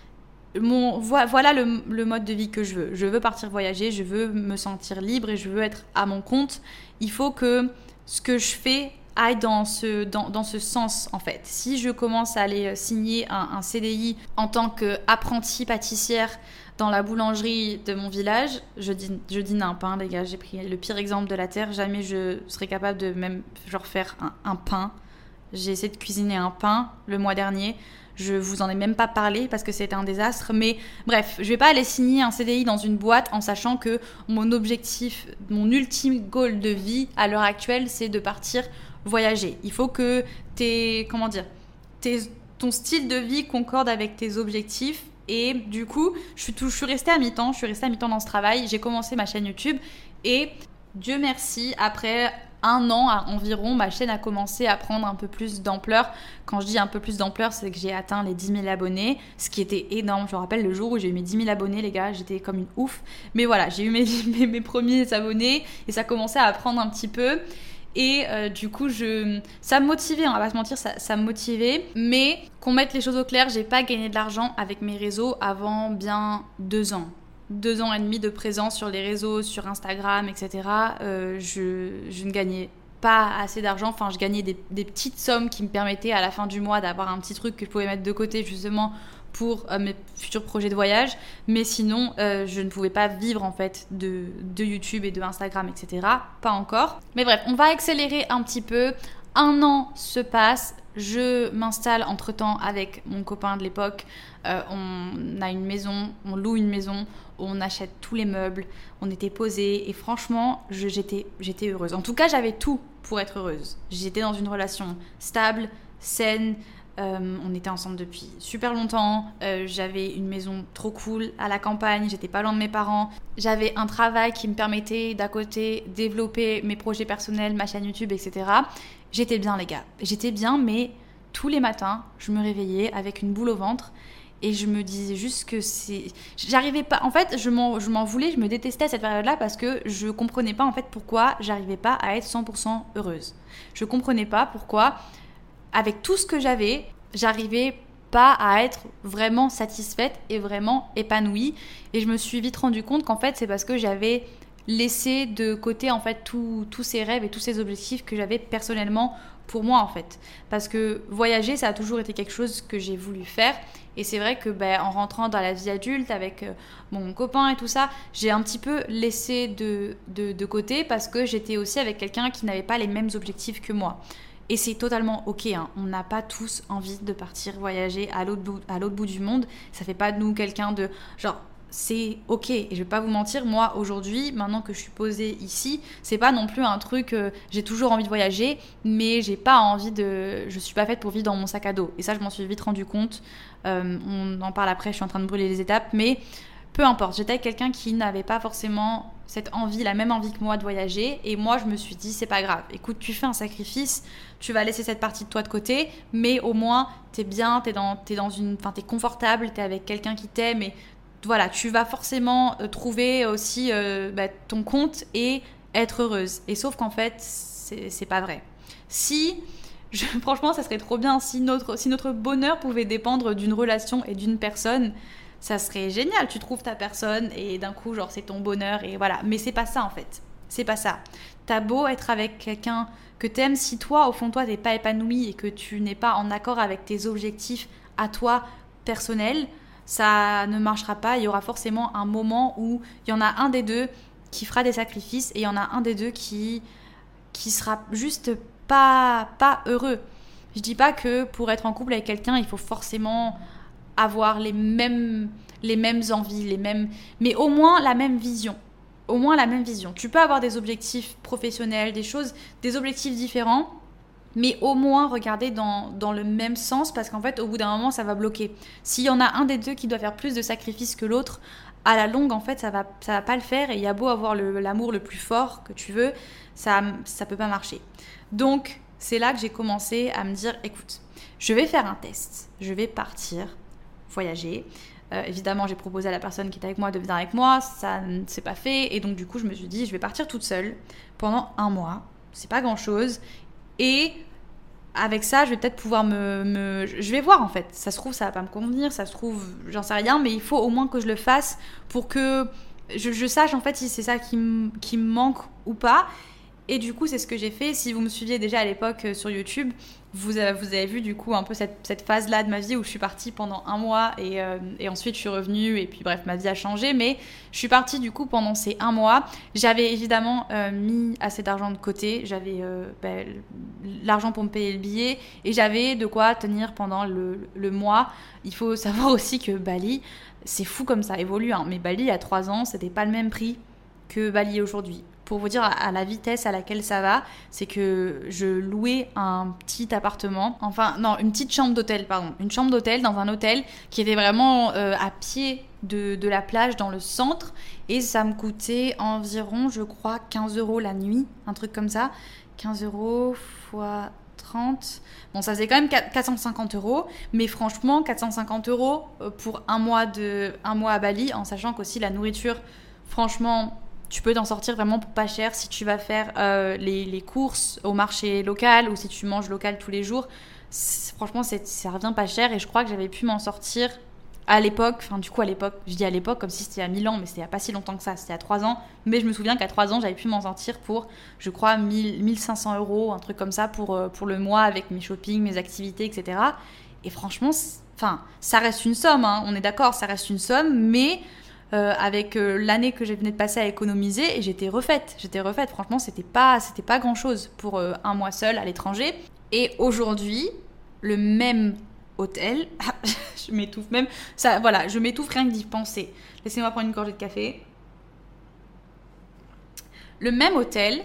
Speaker 2: mon, voilà le, le mode de vie que je veux. Je veux partir voyager, je veux me sentir libre et je veux être à mon compte. Il faut que ce que je fais aille dans ce, dans, dans ce sens, en fait. Si je commence à aller signer un, un C D I en tant qu'apprentie pâtissière dans la boulangerie de mon village, je dis, je dis n'importe quoi, les gars, j'ai pris le pire exemple de la Terre. Jamais je serais capable de même genre faire un, un pain. J'ai essayé de cuisiner un pain le mois dernier. Je vous en ai même pas parlé parce que c'était un désastre. Mais bref, je vais pas aller signer un C D I dans une boîte en sachant que mon objectif, mon ultime goal de vie à l'heure actuelle, c'est de partir voyager. Il faut que tes, comment dire, tes, ton style de vie concorde avec tes objectifs. Et du coup, je suis, tout, je suis restée à mi-temps, je suis restée à mi-temps dans ce travail. J'ai commencé ma chaîne YouTube et Dieu merci, après un an environ, ma chaîne a commencé à prendre un peu plus d'ampleur. Quand je dis un peu plus d'ampleur, c'est que j'ai atteint les dix mille abonnés, ce qui était énorme. Je me rappelle le jour où j'ai eu mes dix mille abonnés, les gars, j'étais comme une ouf. Mais voilà, j'ai eu mes, mes, mes premiers abonnés et ça commençait à prendre un petit peu. Et euh, du coup, je... ça me motivait, on va pas se mentir, ça, ça me motivait. Mais qu'on mette les choses au clair, j'ai pas gagné de l'argent avec mes réseaux avant bien deux ans. Deux ans et demi de présence sur les réseaux, sur Instagram, et cetera. Euh, je, je ne gagnais pas assez d'argent. Enfin, je gagnais des, des petites sommes qui me permettaient à la fin du mois d'avoir un petit truc que je pouvais mettre de côté justement pour euh, mes futurs projets de voyage. Mais sinon, euh, je ne pouvais pas vivre en fait de, de YouTube et de Instagram, et cetera. Pas encore. Mais bref, on va accélérer un petit peu. Un an se passe. Je m'installe entre-temps avec mon copain de l'époque. Euh, on a une maison, on loue une maison, on achète tous les meubles, on était posés et franchement, je, j'étais, j'étais heureuse. En tout cas, j'avais tout pour être heureuse. J'étais dans une relation stable, saine, euh, on était ensemble depuis super longtemps, euh, j'avais une maison trop cool à la campagne, j'étais pas loin de mes parents, j'avais un travail qui me permettait d'à côté développer mes projets personnels, ma chaîne YouTube, et cetera. J'étais bien les gars, j'étais bien, mais tous les matins, je me réveillais avec une boule au ventre et je me disais juste que c'est... J'arrivais pas... En fait, je m'en, je m'en voulais, je me détestais à cette période-là parce que je comprenais pas en fait pourquoi j'arrivais pas à être cent pour cent heureuse. Je comprenais pas pourquoi, avec tout ce que j'avais, j'arrivais pas à être vraiment satisfaite et vraiment épanouie. Et je me suis vite rendu compte qu'en fait, c'est parce que j'avais laissé de côté en fait tous tous ces rêves et tous ces objectifs que j'avais personnellement pour moi en fait, parce que voyager ça a toujours été quelque chose que j'ai voulu faire et c'est vrai que ben, en rentrant dans la vie adulte avec euh, mon copain et tout ça, j'ai un petit peu laissé de, de, de côté parce que j'étais aussi avec quelqu'un qui n'avait pas les mêmes objectifs que moi. Et c'est totalement ok, hein. On n'a pas tous envie de partir voyager à l'autre bout, à l'autre bout du monde. Ça fait pas de nous quelqu'un de genre c'est ok. Et je vais pas vous mentir, moi aujourd'hui, maintenant que je suis posée ici, c'est pas non plus un truc, euh, j'ai toujours envie de voyager, mais j'ai pas envie de, je suis pas faite pour vivre dans mon sac à dos. Et ça, je m'en suis vite rendu compte. Euh, on en parle après, je suis en train de brûler les étapes, mais peu importe. J'étais avec quelqu'un qui n'avait pas forcément cette envie, la même envie que moi de voyager, et moi je me suis dit c'est pas grave. Écoute, tu fais un sacrifice, tu vas laisser cette partie de toi de côté, mais au moins t'es bien, t'es dans, t'es dans une, enfin t'es confortable, t'es avec quelqu'un qui t'aime et voilà, tu vas forcément euh, trouver aussi euh, bah, ton compte et être heureuse. Et sauf qu'en fait, c'est, c'est pas vrai. Si, je, franchement, ça serait trop bien si notre, si notre bonheur pouvait dépendre d'une relation et d'une personne, ça serait génial. Tu trouves ta personne et d'un coup, genre, c'est ton bonheur et voilà. Mais c'est pas ça en fait. C'est pas ça. T'as beau être avec quelqu'un que t'aimes, si toi, au fond de toi, t'es pas épanoui et que tu n'es pas en accord avec tes objectifs à toi personnels, ça ne marchera pas. Il y aura forcément un moment où il y en a un des deux qui fera des sacrifices et il y en a un des deux qui, qui sera juste pas, pas heureux. Je dis pas que pour être en couple avec quelqu'un, il faut forcément avoir les mêmes, les mêmes envies, les mêmes, mais au moins la même vision. Au moins la même vision. Tu peux avoir des objectifs professionnels, des choses, des objectifs différents, mais au moins regarder dans, dans le même sens, parce qu'en fait, au bout d'un moment, ça va bloquer. S'il y en a un des deux qui doit faire plus de sacrifices que l'autre, à la longue, en fait, ça va, ça va pas le faire, et il y a beau avoir le, l'amour le plus fort que tu veux, ça, ça peut pas marcher. Donc, c'est là que j'ai commencé à me dire, écoute, je vais faire un test, je vais partir, voyager. Euh, évidemment, j'ai proposé à la personne qui était avec moi de venir avec moi, ça ne s'est pas fait, et donc du coup, je me suis dit, je vais partir toute seule pendant un mois, c'est pas grand-chose, et avec ça, je vais peut-être pouvoir me, me... Je vais voir en fait. Ça se trouve, ça va pas me convenir. Ça se trouve, j'en sais rien. Mais il faut au moins que je le fasse pour que je, je sache en fait si c'est ça qui, m- qui me manque ou pas. Et du coup, c'est ce que j'ai fait. Si vous me suiviez déjà à l'époque euh, sur YouTube, vous avez, vous avez vu du coup un peu cette, cette phase-là de ma vie où je suis partie pendant un mois et, euh, et ensuite je suis revenue et puis bref, ma vie a changé. Mais je suis partie du coup pendant ces un mois. J'avais évidemment euh, mis assez d'argent de côté. J'avais euh, ben, l'argent pour me payer le billet et j'avais de quoi tenir pendant le, le mois. Il faut savoir aussi que Bali, c'est fou comme ça évolue, hein. Mais Bali, il y a trois ans, c'était pas le même prix que Bali aujourd'hui. Pour vous dire à la vitesse à laquelle ça va, c'est que je louais un petit appartement, enfin non, une petite chambre d'hôtel, pardon, une chambre d'hôtel dans un hôtel qui était vraiment euh, à pied de, de la plage dans le centre et ça me coûtait environ, je crois, quinze euros la nuit, un truc comme ça, quinze euros fois trente. Bon, ça faisait quand même quatre cent cinquante euros, mais franchement, quatre cent cinquante euros pour un mois, de, un mois à Bali, en sachant qu'aussi la nourriture, franchement, tu peux t'en sortir vraiment pour pas cher si tu vas faire euh, les, les courses au marché local ou si tu manges local tous les jours. C'est, franchement, c'est, ça revient pas cher et je crois que j'avais pu m'en sortir à l'époque. Enfin, du coup, à l'époque, je dis à l'époque comme si c'était à mille ans, mais c'était il y a pas si longtemps que ça, c'était à trois ans. Mais je me souviens qu'à trois ans, j'avais pu m'en sortir pour, je crois, mille, mille cinq cents euros, un truc comme ça pour, pour le mois avec mes shopping, mes activités, et cetera. Et franchement, enfin, ça reste une somme, hein, on est d'accord, ça reste une somme, mais... Euh, avec euh, l'année que je venais de passer à économiser et j'étais refaite, j'étais refaite. Franchement, c'était pas, c'était pas grand chose pour euh, un mois seul à l'étranger. Et aujourd'hui, le même hôtel, je m'étouffe même, ça, voilà, je m'étouffe rien que d'y penser. Laissez-moi prendre une gorgée de café. Le même hôtel,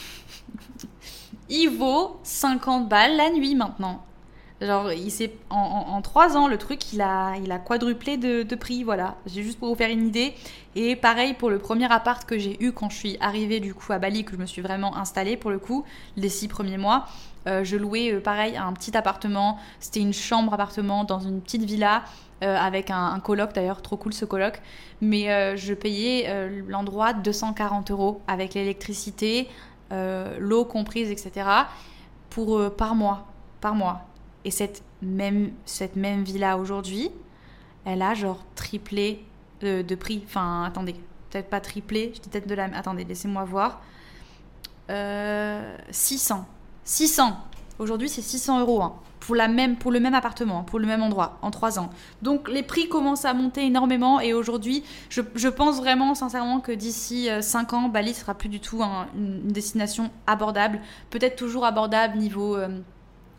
Speaker 2: il vaut cinquante balles la nuit maintenant. Genre, il s'est, en, en, en trois ans, le truc, il a, il a quadruplé de, de prix, voilà. J'ai juste pour vous faire une idée. Et pareil pour le premier appart que j'ai eu quand je suis arrivée du coup à Bali, que je me suis vraiment installée pour le coup, les six premiers mois. Euh, je louais, euh, pareil, un petit appartement. C'était une chambre appartement dans une petite villa euh, avec un, un coloc d'ailleurs, trop cool ce coloc. Mais euh, je payais euh, l'endroit deux cent quarante euros avec l'électricité, euh, l'eau comprise, et cetera. Pour, euh, par mois, par mois. Et cette même, cette même villa aujourd'hui, elle a genre triplé de, de prix. Enfin, attendez, peut-être pas triplé, je dis peut-être de la... Attendez, laissez-moi voir. Euh, six cents. six cents. Aujourd'hui, c'est six cents euros hein, pour, la même, pour le même appartement, pour le même endroit, en trois ans. Donc, les prix commencent à monter énormément. Et aujourd'hui, je, je pense vraiment, sincèrement, que d'ici cinq ans, Bali sera plus du tout un, une destination abordable. Peut-être toujours abordable niveau... Euh,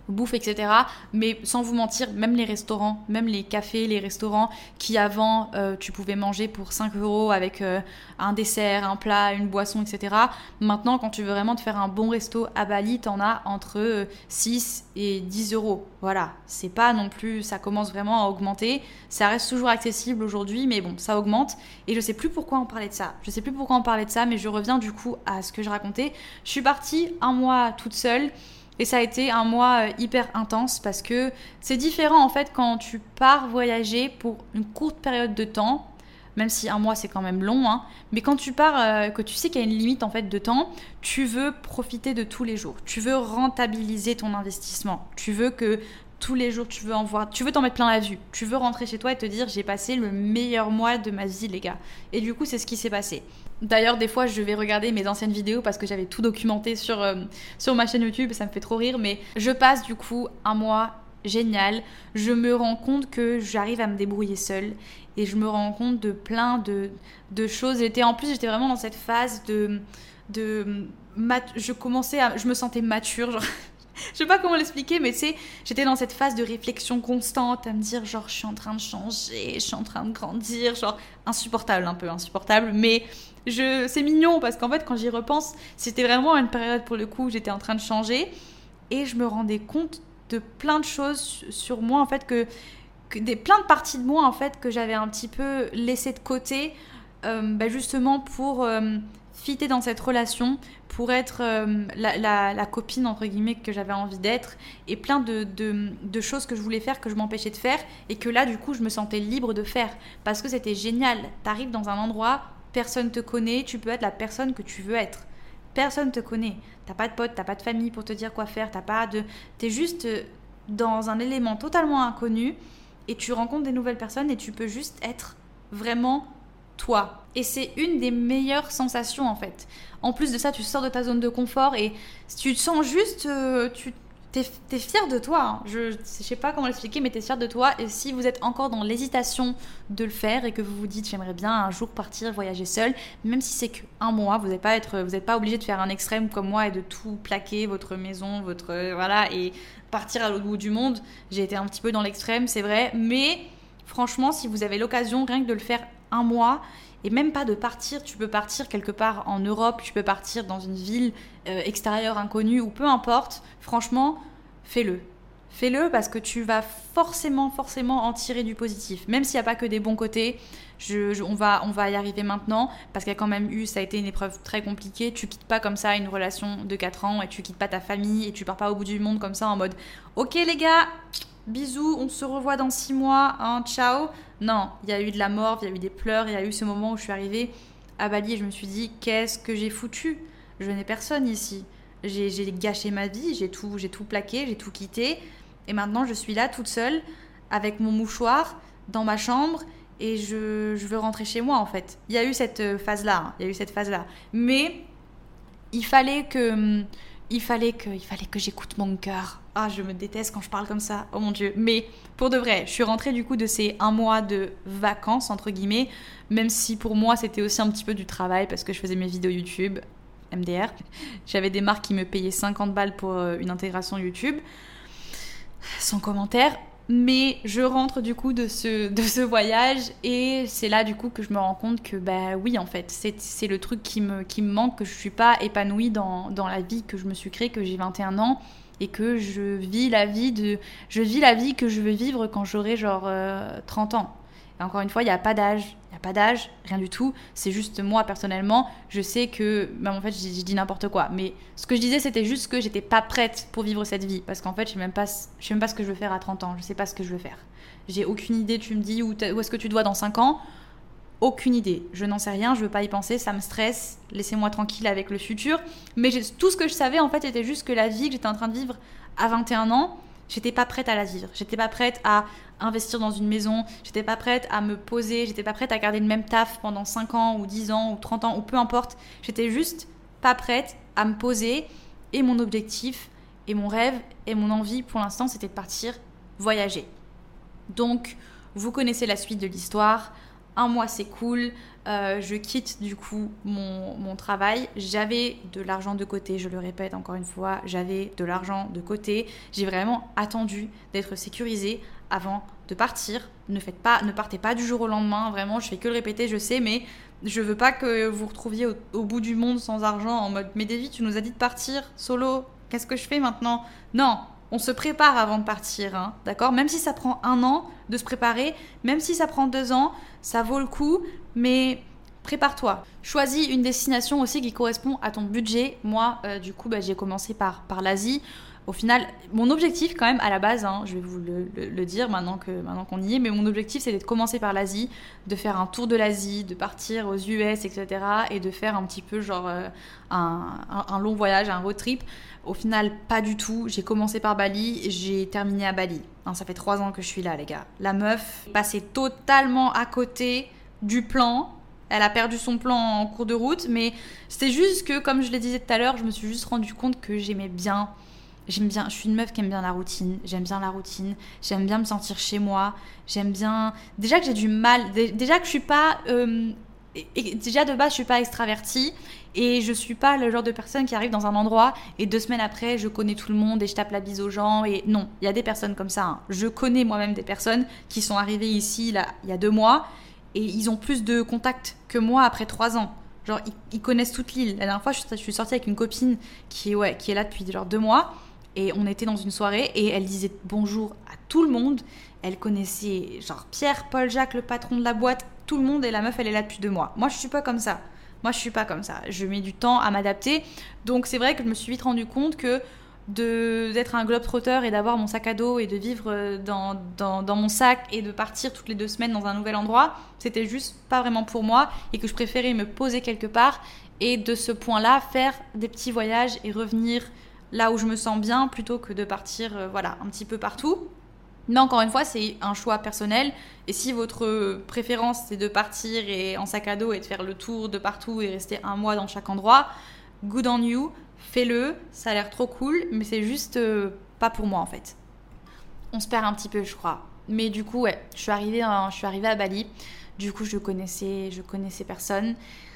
Speaker 2: bouffe, et cetera. Mais sans vous mentir, même les restaurants, même les cafés, les restaurants qui avant, euh, tu pouvais manger pour cinq euros avec euh, un dessert, un plat, une boisson, et cetera. Maintenant, quand tu veux vraiment te faire un bon resto à Bali, t'en as entre euh, six et dix euros. Voilà, c'est pas non plus, ça commence vraiment à augmenter. Ça reste toujours accessible aujourd'hui, mais bon, ça augmente. Et je sais plus pourquoi on parlait de ça. Je sais plus pourquoi on parlait de ça, mais je reviens du coup à ce que je racontais. Je suis partie un mois toute seule. Et ça a été un mois hyper intense parce que c'est différent en fait quand tu pars voyager pour une courte période de temps, même si un mois c'est quand même long, hein, mais quand tu pars, euh, que tu sais qu'il y a une limite en fait de temps, tu veux profiter de tous les jours, tu veux rentabiliser ton investissement, tu veux que tous les jours tu veux en voir, tu veux t'en mettre plein la vue, tu veux rentrer chez toi et te dire j'ai passé le meilleur mois de ma vie les gars. Et du coup c'est ce qui s'est passé. D'ailleurs, des fois, je vais regarder mes anciennes vidéos parce que j'avais tout documenté sur, euh, sur ma chaîne YouTube et ça me fait trop rire. Mais je passe du coup un mois génial. Je me rends compte que j'arrive à me débrouiller seule et je me rends compte de plein de, de choses. J'étais, en plus, j'étais vraiment dans cette phase de... de mat- je commençais à... Je me sentais mature, genre... Je sais pas comment l'expliquer, mais tu sais, j'étais dans cette phase de réflexion constante, à me dire genre je suis en train de changer, je suis en train de grandir, genre insupportable, un peu insupportable, mais je, c'est mignon parce qu'en fait quand j'y repense, c'était vraiment une période pour le coup où j'étais en train de changer et je me rendais compte de plein de choses sur moi en fait, que, que des, plein de parties de moi en fait que j'avais un petit peu laissé de côté euh, bah, justement pour... Euh, fitter dans cette relation, pour être euh, la, la, la copine entre guillemets que j'avais envie d'être, et plein de, de, de choses que je voulais faire que je m'empêchais de faire et que là du coup je me sentais libre de faire parce que c'était génial. T'arrives dans un endroit, personne te connaît, tu peux être la personne que tu veux être, personne te connaît, t'as pas de potes, t'as pas de famille pour te dire quoi faire, t'as pas de... t'es juste dans un élément totalement inconnu et tu rencontres des nouvelles personnes et tu peux juste être vraiment toi. Et c'est une des meilleures sensations en fait. En plus de ça, tu sors de ta zone de confort et tu te sens juste... Euh, tu t'es, t'es fier de toi. Hein. Je ne sais pas comment l'expliquer, mais t'es fier de toi. Et si vous êtes encore dans l'hésitation de le faire et que vous vous dites j'aimerais bien un jour partir voyager seul, même si c'est qu'un mois, vous n'êtes pas, être, vous n'êtes pas obligé de faire un extrême comme moi et de tout plaquer, votre maison, votre... Euh, voilà, et partir à l'autre bout du monde. J'ai été un petit peu dans l'extrême, c'est vrai. Mais franchement, si vous avez l'occasion rien que de le faire un mois... Et même pas de partir, tu peux partir quelque part en Europe, tu peux partir dans une ville euh, extérieure inconnue ou peu importe. Franchement, fais-le. Fais-le parce que tu vas forcément, forcément en tirer du positif. Même s'il n'y a pas que des bons côtés, je, je, on, va, on va y arriver maintenant parce qu'il y a quand même eu, ça a été une épreuve très compliquée. Tu quittes pas comme ça une relation de quatre ans et tu quittes pas ta famille et tu pars pas au bout du monde comme ça en mode « Ok les gars !» Bisous, on se revoit dans six mois, hein, ciao. Non, il y a eu de la mort, il y a eu des pleurs, il y a eu ce moment où je suis arrivée à Bali et je me suis dit, qu'est-ce que j'ai foutu ? Je n'ai personne ici. J'ai, j'ai gâché ma vie, j'ai tout, j'ai tout plaqué, j'ai tout quitté. Et maintenant, je suis là toute seule, avec mon mouchoir, dans ma chambre, et je, je veux rentrer chez moi, en fait. Il y a eu cette phase-là, hein, il y a eu cette phase-là. Mais il fallait que... Il fallait que, il fallait que j'écoute mon cœur. Ah, je me déteste quand je parle comme ça. Oh mon Dieu. Mais pour de vrai, je suis rentrée du coup de ces un mois de vacances, entre guillemets, même si pour moi, c'était aussi un petit peu du travail parce que je faisais mes vidéos YouTube, M D R. J'avais des marques qui me payaient cinquante balles pour une intégration YouTube, sans commentaire. Mais je rentre du coup de ce, de ce voyage et c'est là du coup que je me rends compte que bah oui en fait c'est, c'est le truc qui me, qui me manque, que je suis pas épanouie dans, dans la vie que je me suis créée, que j'ai vingt et un ans et que je vis la vie de je vis la vie que je veux vivre quand j'aurai genre euh, trente ans. Et encore une fois, il n'y a pas d'âge, il n'y a pas d'âge, rien du tout. C'est juste moi, personnellement, je sais que... Bah, en fait, j'ai, j'ai dit n'importe quoi. Mais ce que je disais, c'était juste que j'étais pas prête pour vivre cette vie. Parce qu'en fait, je sais même pas, je sais même pas ce que je veux faire à trente ans. Je sais pas ce que je veux faire. J'ai aucune idée, tu me dis, où, où est-ce que tu te vois dans cinq ans ? Aucune idée. Je n'en sais rien, je veux pas y penser, ça me stresse. Laissez-moi tranquille avec le futur. Mais j'ai, tout ce que je savais, en fait, était juste que la vie que j'étais en train de vivre à vingt et un ans, j'étais pas prête à la vivre. J'étais pas prête à investir dans une maison. J'étais pas prête à me poser. J'étais pas prête à garder le même taf pendant cinq ans ou dix ans ou trente ans ou peu importe. J'étais juste pas prête à me poser. Et mon objectif et mon rêve et mon envie pour l'instant, c'était de partir voyager. Donc, vous connaissez la suite de l'histoire. un mois c'est cool, euh, je quitte du coup mon, mon travail, j'avais de l'argent de côté, je le répète encore une fois, j'avais de l'argent de côté, j'ai vraiment attendu d'être sécurisée avant de partir. Ne faites pas, ne partez pas du jour au lendemain, vraiment, je fais que le répéter, je sais, mais je veux pas que vous vous retrouviez au, au bout du monde sans argent en mode mais Davy, tu nous as dit de partir solo, qu'est-ce que je fais maintenant? Non, on se prépare avant de partir, hein, d'accord? Même si ça prend un an de se préparer, même si ça prend deux ans, ça vaut le coup, mais prépare-toi. Choisis une destination aussi qui correspond à ton budget. Moi, euh, du coup, bah, j'ai commencé par, par l'Asie. Au final, mon objectif quand même à la base, hein, je vais vous le, le, le dire maintenant, que, maintenant qu'on y est, mais mon objectif c'était de commencer par l'Asie, de faire un tour de l'Asie, de partir aux U S, et cetera. Et de faire un petit peu genre euh, un, un, un long voyage, un road trip. Au final, pas du tout. J'ai commencé par Bali, j'ai terminé à Bali. Hein, ça fait trois ans que je suis là, les gars. La meuf est passée totalement à côté du plan. Elle a perdu son plan en cours de route, mais c'était juste que, comme je le disais tout à l'heure, je me suis juste rendu compte que j'aimais bien... J'aime bien, je suis une meuf qui aime bien la routine, j'aime bien la routine, j'aime bien me sentir chez moi, j'aime bien... Déjà que j'ai du mal, déjà que je suis pas... Euh, et déjà de base, je suis pas extravertie et je suis pas le genre de personne qui arrive dans un endroit et deux semaines après, je connais tout le monde et je tape la bise aux gens. Et non, il y a des personnes comme ça. Hein. Je connais moi-même des personnes qui sont arrivées ici là, il y a deux mois et ils ont plus de contacts que moi après trois ans. Genre, ils, ils connaissent toute l'île. La dernière fois, je, je suis sortie avec une copine qui est, ouais, qui est là depuis genre deux mois. Et on était dans une soirée et elle disait bonjour à tout le monde. Elle connaissait genre Pierre, Paul, Jacques, le patron de la boîte, tout le monde. Et la meuf, elle est là depuis deux mois. Moi, je suis pas comme ça. Moi, je suis pas comme ça. Je mets du temps à m'adapter. Donc, c'est vrai que je me suis vite rendu compte que de, d'être un globe-trotter et d'avoir mon sac à dos et de vivre dans, dans, dans mon sac et de partir toutes les deux semaines dans un nouvel endroit, c'était juste pas vraiment pour moi et que je préférais me poser quelque part et de ce point-là, faire des petits voyages et revenir là où je me sens bien, plutôt que de partir euh, voilà, un petit peu partout. Mais encore une fois, c'est un choix personnel. Et si votre préférence, c'est de partir et, en sac à dos et de faire le tour de partout et rester un mois dans chaque endroit, good on you, fais-le. Ça a l'air trop cool, mais c'est juste euh, pas pour moi en fait. On se perd un petit peu, je crois. Mais du coup, ouais, je suis arrivée, hein, je suis arrivée à Bali. Du coup, je connaissais, je connaissais personne.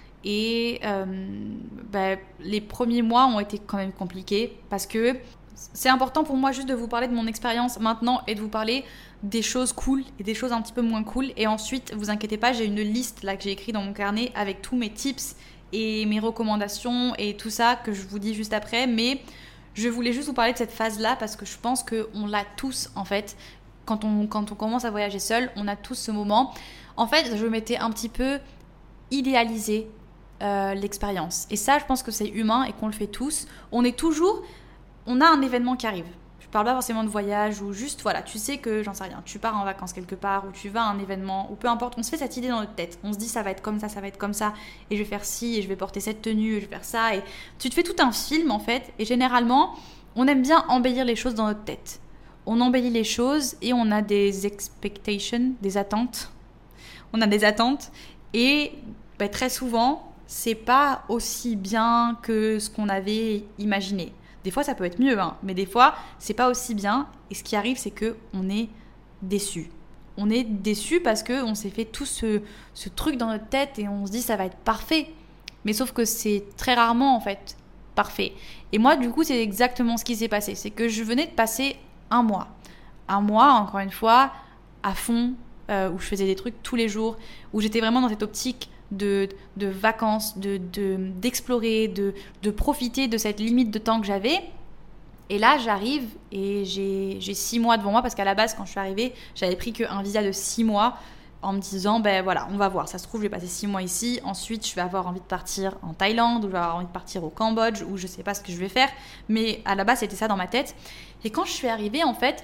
Speaker 2: Et euh, bah, les premiers mois ont été quand même compliqués parce que c'est important pour moi juste de vous parler de mon expérience maintenant et de vous parler des choses cool et des choses un petit peu moins cool. Et ensuite, vous inquiétez pas, j'ai une liste là que j'ai écrite dans mon carnet avec tous mes tips et mes recommandations et tout ça que je vous dis juste après. Mais je voulais juste vous parler de cette phase-là parce que je pense qu'on l'a tous en fait. Quand on, quand on commence à voyager seul, on a tous ce moment. En fait, je m'étais un petit peu idéalisée Euh, l'expérience. Et ça, je pense que c'est humain et qu'on le fait tous. On est toujours... On a un événement qui arrive. Je parle pas forcément de voyage ou juste, voilà, tu sais que, j'en sais rien, tu pars en vacances quelque part ou tu vas à un événement ou peu importe. On se fait cette idée dans notre tête. On se dit ça va être comme ça, ça va être comme ça et je vais faire ci et je vais porter cette tenue et je vais faire ça. Et tu te fais tout un film en fait. Et généralement, on aime bien embellir les choses dans notre tête. On embellit les choses et on a des expectations, des attentes. On a des attentes et bah, très souvent... c'est pas aussi bien que ce qu'on avait imaginé. Des fois, ça peut être mieux, hein, mais des fois, c'est pas aussi bien. Et ce qui arrive, c'est qu'on est déçu. On est déçu parce qu'on s'est fait tout ce, ce truc dans notre tête et on se dit ça va être parfait. Mais sauf que c'est très rarement, en fait, parfait. Et moi, du coup, c'est exactement ce qui s'est passé. C'est que je venais de passer un mois. Un mois, encore une fois, à fond, euh, où je faisais des trucs tous les jours, où j'étais vraiment dans cette optique De, de vacances, de, de, d'explorer, de, de profiter de cette limite de temps que j'avais. Et là, j'arrive et j'ai, j'ai six mois devant moi parce qu'à la base, quand je suis arrivée, j'avais pris qu'un visa de six mois en me disant, ben voilà, on va voir. Ça se trouve, je vais passer six mois ici. Ensuite, je vais avoir envie de partir en Thaïlande ou je vais avoir envie de partir au Cambodge ou je sais pas ce que je vais faire. Mais à la base, c'était ça dans ma tête. Et quand je suis arrivée, en fait,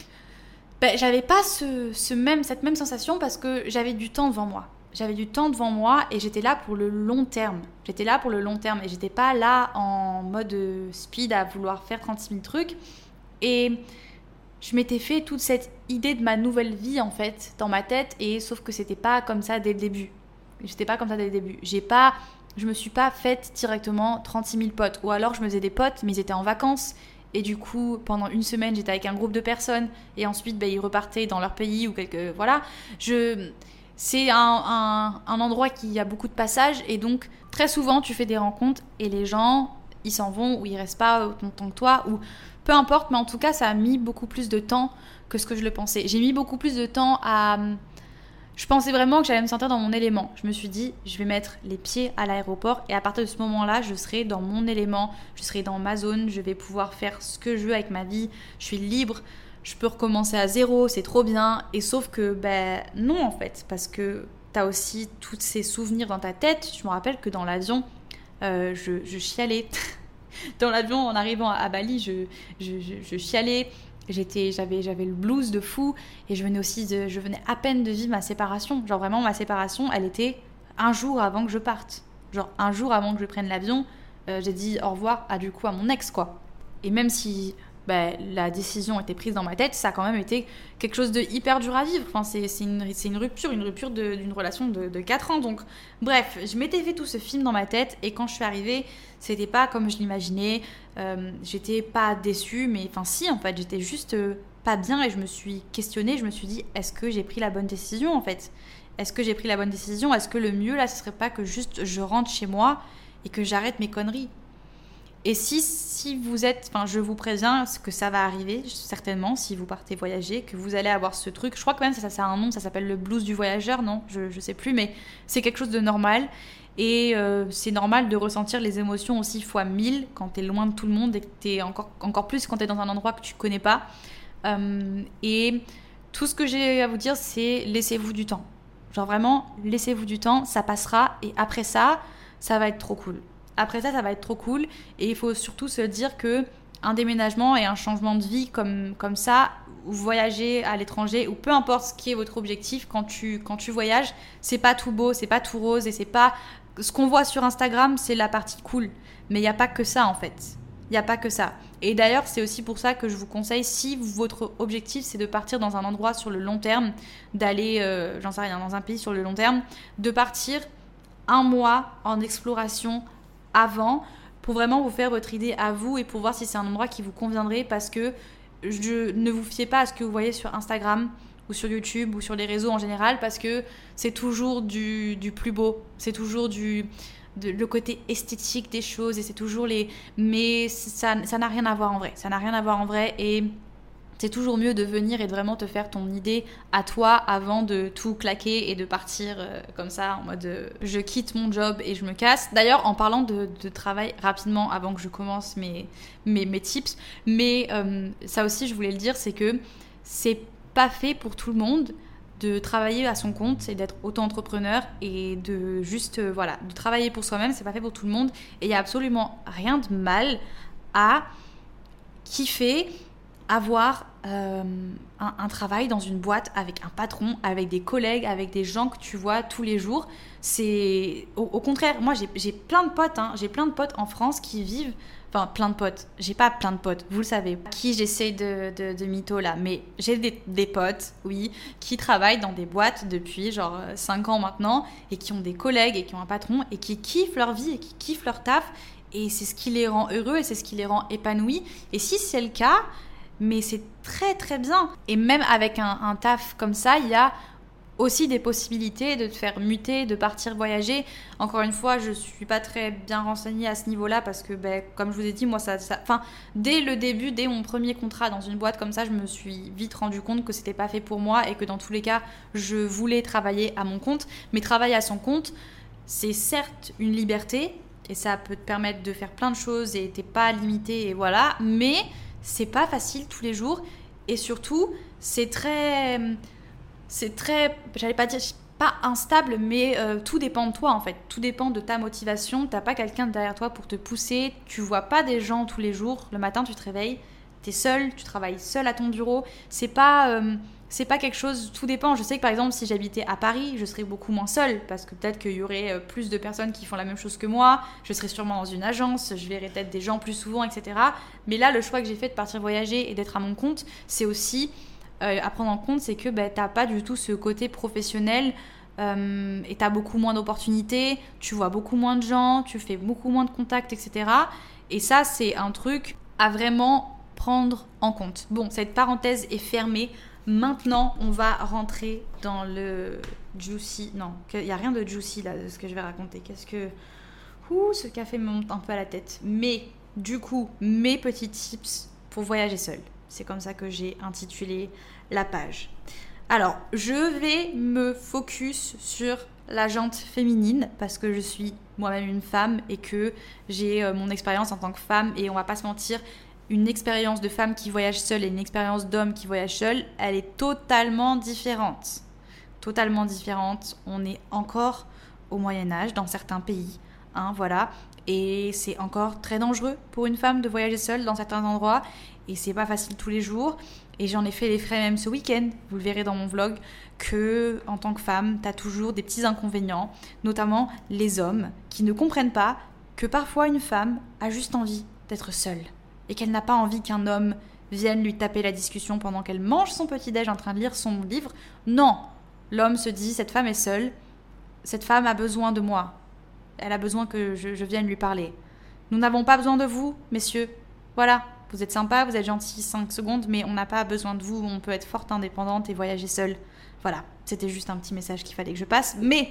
Speaker 2: ben, j'avais pas ce, ce même, cette même sensation parce que j'avais du temps devant moi. J'avais du temps devant moi et j'étais là pour le long terme. J'étais là pour le long terme et j'étais pas là en mode speed à vouloir faire trente-six mille trucs. Et je m'étais fait toute cette idée de ma nouvelle vie en fait dans ma tête et sauf que c'était pas comme ça dès le début. J'étais pas comme ça dès le début. J'ai pas, je me suis pas faite directement trente-six mille potes ou alors je me faisais des potes mais ils étaient en vacances. Et du coup, pendant une semaine, j'étais avec un groupe de personnes et ensuite, bah, ils repartaient dans leur pays ou quelque... Voilà. Je... c'est un, un, un endroit qui a beaucoup de passages et donc très souvent tu fais des rencontres et les gens ils s'en vont ou ils restent pas autant de temps que toi ou peu importe, mais en tout cas ça a mis beaucoup plus de temps que ce que je le pensais. J'ai mis beaucoup plus de temps à... Je pensais vraiment que j'allais me sentir dans mon élément. Je me suis dit, je vais mettre les pieds à l'aéroport et à partir de ce moment-là, je serai dans mon élément, je serai dans ma zone, je vais pouvoir faire ce que je veux avec ma vie, je suis libre, je peux recommencer à zéro, c'est trop bien. Et sauf que, ben non en fait, parce que t'as aussi tous ces souvenirs dans ta tête. Je me rappelle que dans l'avion, euh, je, je chialais. Dans l'avion, en arrivant à Bali, je, je, je, je chialais. J'étais, j'avais, j'avais le blues de fou et je venais aussi de, je venais à peine de vivre ma séparation. Genre vraiment ma séparation, elle était un jour avant que je parte. Genre un jour avant que je prenne l'avion, euh, j'ai dit au revoir à du coup à mon ex quoi. Et même si bah, la décision était prise dans ma tête, ça a quand même été quelque chose de hyper dur à vivre. Enfin c'est, c'est, une, c'est une rupture, une rupture de, d'une relation de, de quatre ans. Donc bref, je m'étais fait tout ce film dans ma tête et quand je suis arrivée, c'était pas comme je l'imaginais. Euh, j'étais pas déçue, mais enfin si en fait, j'étais juste euh, pas bien et je me suis questionnée, je me suis dit est-ce que j'ai pris la bonne décision en fait ? Est-ce que j'ai pris la bonne décision ? Est-ce que le mieux là, ce serait pas que juste je rentre chez moi et que j'arrête mes conneries ? Et si, si vous êtes, enfin je vous préviens que ça va arriver certainement si vous partez voyager, que vous allez avoir ce truc, je crois que même ça, ça a un nom, ça s'appelle le blues du voyageur, non ? Je, je sais plus, mais c'est quelque chose de normal. Et euh, c'est normal de ressentir les émotions aussi fois mille quand t'es loin de tout le monde et que t'es encore, encore plus quand t'es dans un endroit que tu connais pas. Euh, et tout ce que j'ai à vous dire, c'est laissez-vous du temps. Genre vraiment, laissez-vous du temps, ça passera. Et après ça, ça va être trop cool. Après ça, ça va être trop cool. Et il faut surtout se dire que un déménagement et un changement de vie comme, comme ça, ou voyager à l'étranger, ou peu importe ce qui est votre objectif, quand tu, quand tu voyages, c'est pas tout beau, c'est pas tout rose et c'est pas... Ce qu'on voit sur Instagram, c'est la partie cool. Mais il n'y a pas que ça, en fait. Il n'y a pas que ça. Et d'ailleurs, c'est aussi pour ça que je vous conseille, si votre objectif, c'est de partir dans un endroit sur le long terme, d'aller, euh, j'en sais rien, dans un pays sur le long terme, de partir un mois en exploration avant, pour vraiment vous faire votre idée à vous et pour voir si c'est un endroit qui vous conviendrait, parce que je ne vous fiez pas à ce que vous voyez sur Instagram ou sur YouTube ou sur les réseaux en général, parce que c'est toujours du, du plus beau, c'est toujours du, de, le côté esthétique des choses et c'est toujours les... Mais ça, ça n'a rien à voir en vrai, ça n'a rien à voir en vrai et c'est toujours mieux de venir et de vraiment te faire ton idée à toi avant de tout claquer et de partir euh, comme ça en mode euh, je quitte mon job et je me casse. D'ailleurs, en parlant de, de travail rapidement avant que je commence mes, mes, mes tips, mais euh, ça aussi je voulais le dire, c'est que c'est pas fait pour tout le monde de travailler à son compte et d'être auto-entrepreneur et de juste euh, voilà, de travailler pour soi-même, c'est pas fait pour tout le monde et il y a absolument rien de mal à kiffer avoir euh, un, un travail dans une boîte avec un patron, avec des collègues, avec des gens que tu vois tous les jours. C'est au, au contraire, moi j'ai, j'ai plein de potes, hein, j'ai plein de potes en France qui vivent, enfin plein de potes, j'ai pas plein de potes, vous le savez, qui j'essaie de, de, de mytho là, mais j'ai des, des potes, oui, qui travaillent dans des boîtes depuis genre cinq ans maintenant et qui ont des collègues et qui ont un patron et qui kiffent leur vie et qui kiffent leur taf et c'est ce qui les rend heureux et c'est ce qui les rend épanouis. Et si c'est le cas, mais c'est très très bien. Et même avec un, un taf comme ça, il y a aussi des possibilités de te faire muter, de partir voyager. Encore une fois, je suis pas très bien renseignée à ce niveau-là parce que, ben, comme je vous ai dit, moi, ça, ça, enfin, dès le début, dès mon premier contrat dans une boîte comme ça, je me suis vite rendu compte que c'était pas fait pour moi et que dans tous les cas, je voulais travailler à mon compte. Mais travailler à son compte, c'est certes une liberté et ça peut te permettre de faire plein de choses et t'es pas limité et voilà, mais c'est pas facile tous les jours et surtout c'est très c'est très j'allais pas dire pas instable mais euh, tout dépend de toi en fait, tout dépend de ta motivation. T'as pas quelqu'un derrière toi pour te pousser, tu vois pas des gens tous les jours, le matin tu te réveilles, t'es seul, tu travailles seul à ton bureau, c'est pas euh, c'est pas quelque chose, tout dépend. Je sais que par exemple si j'habitais à Paris, je serais beaucoup moins seule parce que peut-être qu'il y aurait plus de personnes qui font la même chose que moi, je serais sûrement dans une agence, je verrais peut-être des gens plus souvent, et cetera. Mais là, le choix que j'ai fait de partir voyager et d'être à mon compte, c'est aussi euh, à prendre en compte, c'est que bah, t'as pas du tout ce côté professionnel euh, et t'as beaucoup moins d'opportunités, tu vois beaucoup moins de gens, tu fais beaucoup moins de contacts, et cetera. Et ça, c'est un truc à vraiment prendre en compte. Bon, cette parenthèse est fermée. Maintenant, on va rentrer dans le juicy. Non, il n'y a rien de juicy là de ce que je vais raconter. Qu'est-ce que... Ouh, ce café me monte un peu à la tête. Mais, du coup, mes petits tips pour voyager seul. C'est comme ça que j'ai intitulé la page. Alors, je vais me focus sur la jante féminine parce que je suis moi-même une femme et que j'ai euh, mon expérience en tant que femme. Et on va pas se mentir, une expérience de femme qui voyage seule et une expérience d'homme qui voyage seul, elle est totalement différente. Totalement différente. On est encore au Moyen-Âge dans certains pays. Hein, voilà. Et c'est encore très dangereux pour une femme de voyager seule dans certains endroits. Et c'est pas facile tous les jours. Et j'en ai fait les frais même ce week-end. Vous le verrez dans mon vlog que, en tant que femme, t'as toujours des petits inconvénients. Notamment les hommes qui ne comprennent pas que parfois une femme a juste envie d'être seule. Et qu'elle n'a pas envie qu'un homme vienne lui taper la discussion pendant qu'elle mange son petit-déj en train de lire son livre. Non, l'homme se dit, cette femme est seule. Cette femme a besoin de moi. Elle a besoin que je, je vienne lui parler. Nous n'avons pas besoin de vous, messieurs. Voilà, vous êtes sympas, vous êtes gentils cinq secondes, mais on n'a pas besoin de vous. On peut être forte indépendante et voyager seule. Voilà, c'était juste un petit message qu'il fallait que je passe. Mais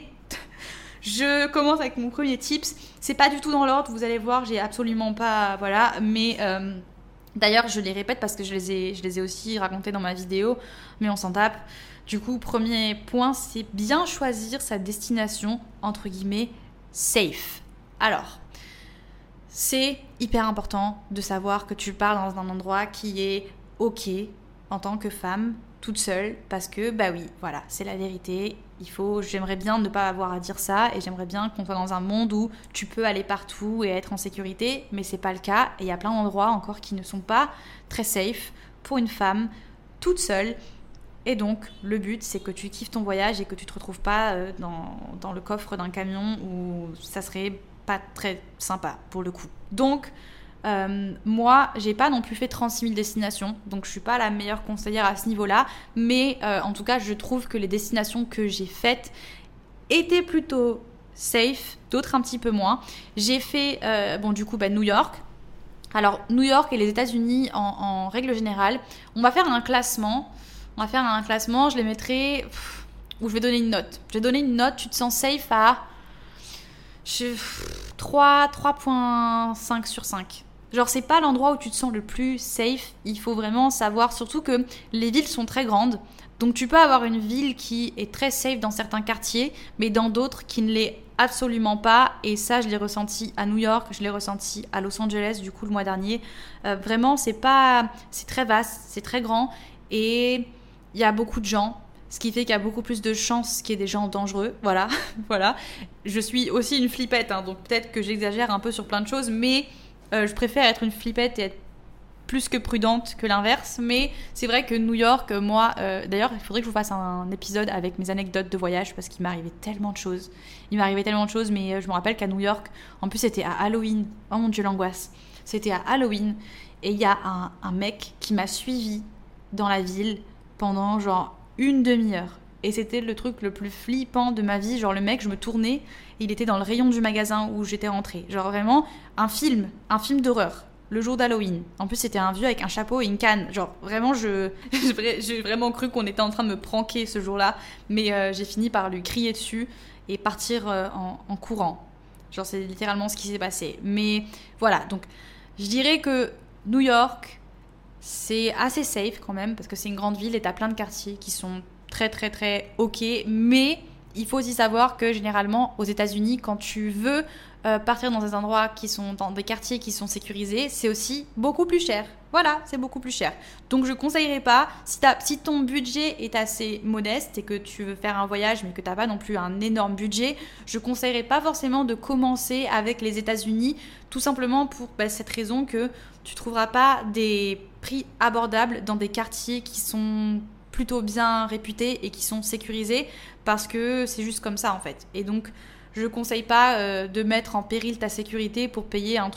Speaker 2: je commence avec mon premier tips. C'est pas du tout dans l'ordre, vous allez voir, j'ai absolument pas... Voilà, mais... Euh, d'ailleurs, je les répète parce que je les ai, je les ai aussi racontés dans ma vidéo, mais on s'en tape. Du coup, premier point, c'est bien choisir sa destination, entre guillemets, safe. Alors, c'est hyper important de savoir que tu pars dans un endroit qui est ok en tant que femme, toute seule, parce que, bah oui, voilà, c'est la vérité. Il faut, j'aimerais bien ne pas avoir à dire ça et j'aimerais bien qu'on soit dans un monde où tu peux aller partout et être en sécurité, mais c'est pas le cas et il y a plein d'endroits encore qui ne sont pas très safe pour une femme toute seule. Et donc, le but, c'est que tu kiffes ton voyage et que tu te retrouves pas dans, dans le coffre d'un camion où ça serait pas très sympa pour le coup. Donc, euh, moi, j'ai pas non plus fait trente-six mille destinations, donc je suis pas la meilleure conseillère à ce niveau-là, mais euh, en tout cas, je trouve que les destinations que j'ai faites étaient plutôt safe, d'autres un petit peu moins. J'ai fait, euh, bon, du coup, bah, New York. Alors, New York et les États-Unis, en, en règle générale, on va faire un classement. On va faire un classement, je les mettrai... Pff, où je vais donner une note. Je vais donner une note, tu te sens safe à... Je, trois, trois virgule cinq sur cinq. Genre, c'est pas l'endroit où tu te sens le plus safe. Il faut vraiment savoir, surtout que les villes sont très grandes. Donc, tu peux avoir une ville qui est très safe dans certains quartiers, mais dans d'autres qui ne l'est absolument pas. Et ça, je l'ai ressenti à New York, je l'ai ressenti à Los Angeles, du coup, le mois dernier. Euh, vraiment, c'est pas... C'est très vaste, c'est très grand. Et il y a beaucoup de gens. Ce qui fait qu'il y a beaucoup plus de chances qu'il y ait des gens dangereux. Voilà, voilà. Je suis aussi une flippette, hein, donc peut-être que j'exagère un peu sur plein de choses, mais euh, je préfère être une flippette et être plus que prudente que l'inverse. Mais c'est vrai que New York, moi... Euh, d'ailleurs, il faudrait que je vous fasse un épisode avec mes anecdotes de voyage parce qu'il m'est arrivé tellement de choses. Il m'est arrivé tellement de choses, mais je me rappelle qu'à New York, en plus, c'était à Halloween. Oh mon Dieu, l'angoisse. C'était à Halloween. Et il y a un, un mec qui m'a suivi dans la ville pendant genre... une demi-heure. Et c'était le truc le plus flippant de ma vie. Genre le mec, je me tournais, il était dans le rayon du magasin où j'étais rentrée. Genre vraiment un film, un film d'horreur. Le jour d'Halloween. En plus, c'était un vieux avec un chapeau et une canne. Genre vraiment, je j'ai vraiment cru qu'on était en train de me pranker ce jour-là. Mais euh, j'ai fini par lui crier dessus et partir euh, en, en courant. Genre c'est littéralement ce qui s'est passé. Mais voilà, donc je dirais que New York... c'est assez safe quand même parce que c'est une grande ville et t'as plein de quartiers qui sont très très très ok, mais il faut aussi savoir que généralement aux États-Unis, quand tu veux euh, partir dans des endroits qui sont dans des quartiers qui sont sécurisés, c'est aussi beaucoup plus cher. Voilà, c'est beaucoup plus cher. Donc je conseillerais pas, si, t'as, si ton budget est assez modeste et que tu veux faire un voyage mais que t'as pas non plus un énorme budget, je conseillerais pas forcément de commencer avec les États-Unis, tout simplement pour bah, cette raison que tu trouveras pas des prix abordables dans des quartiers qui sont plutôt bien réputés et qui sont sécurisés parce que c'est juste comme ça en fait. Et donc je conseille pas euh, de mettre en péril ta sécurité pour payer un truc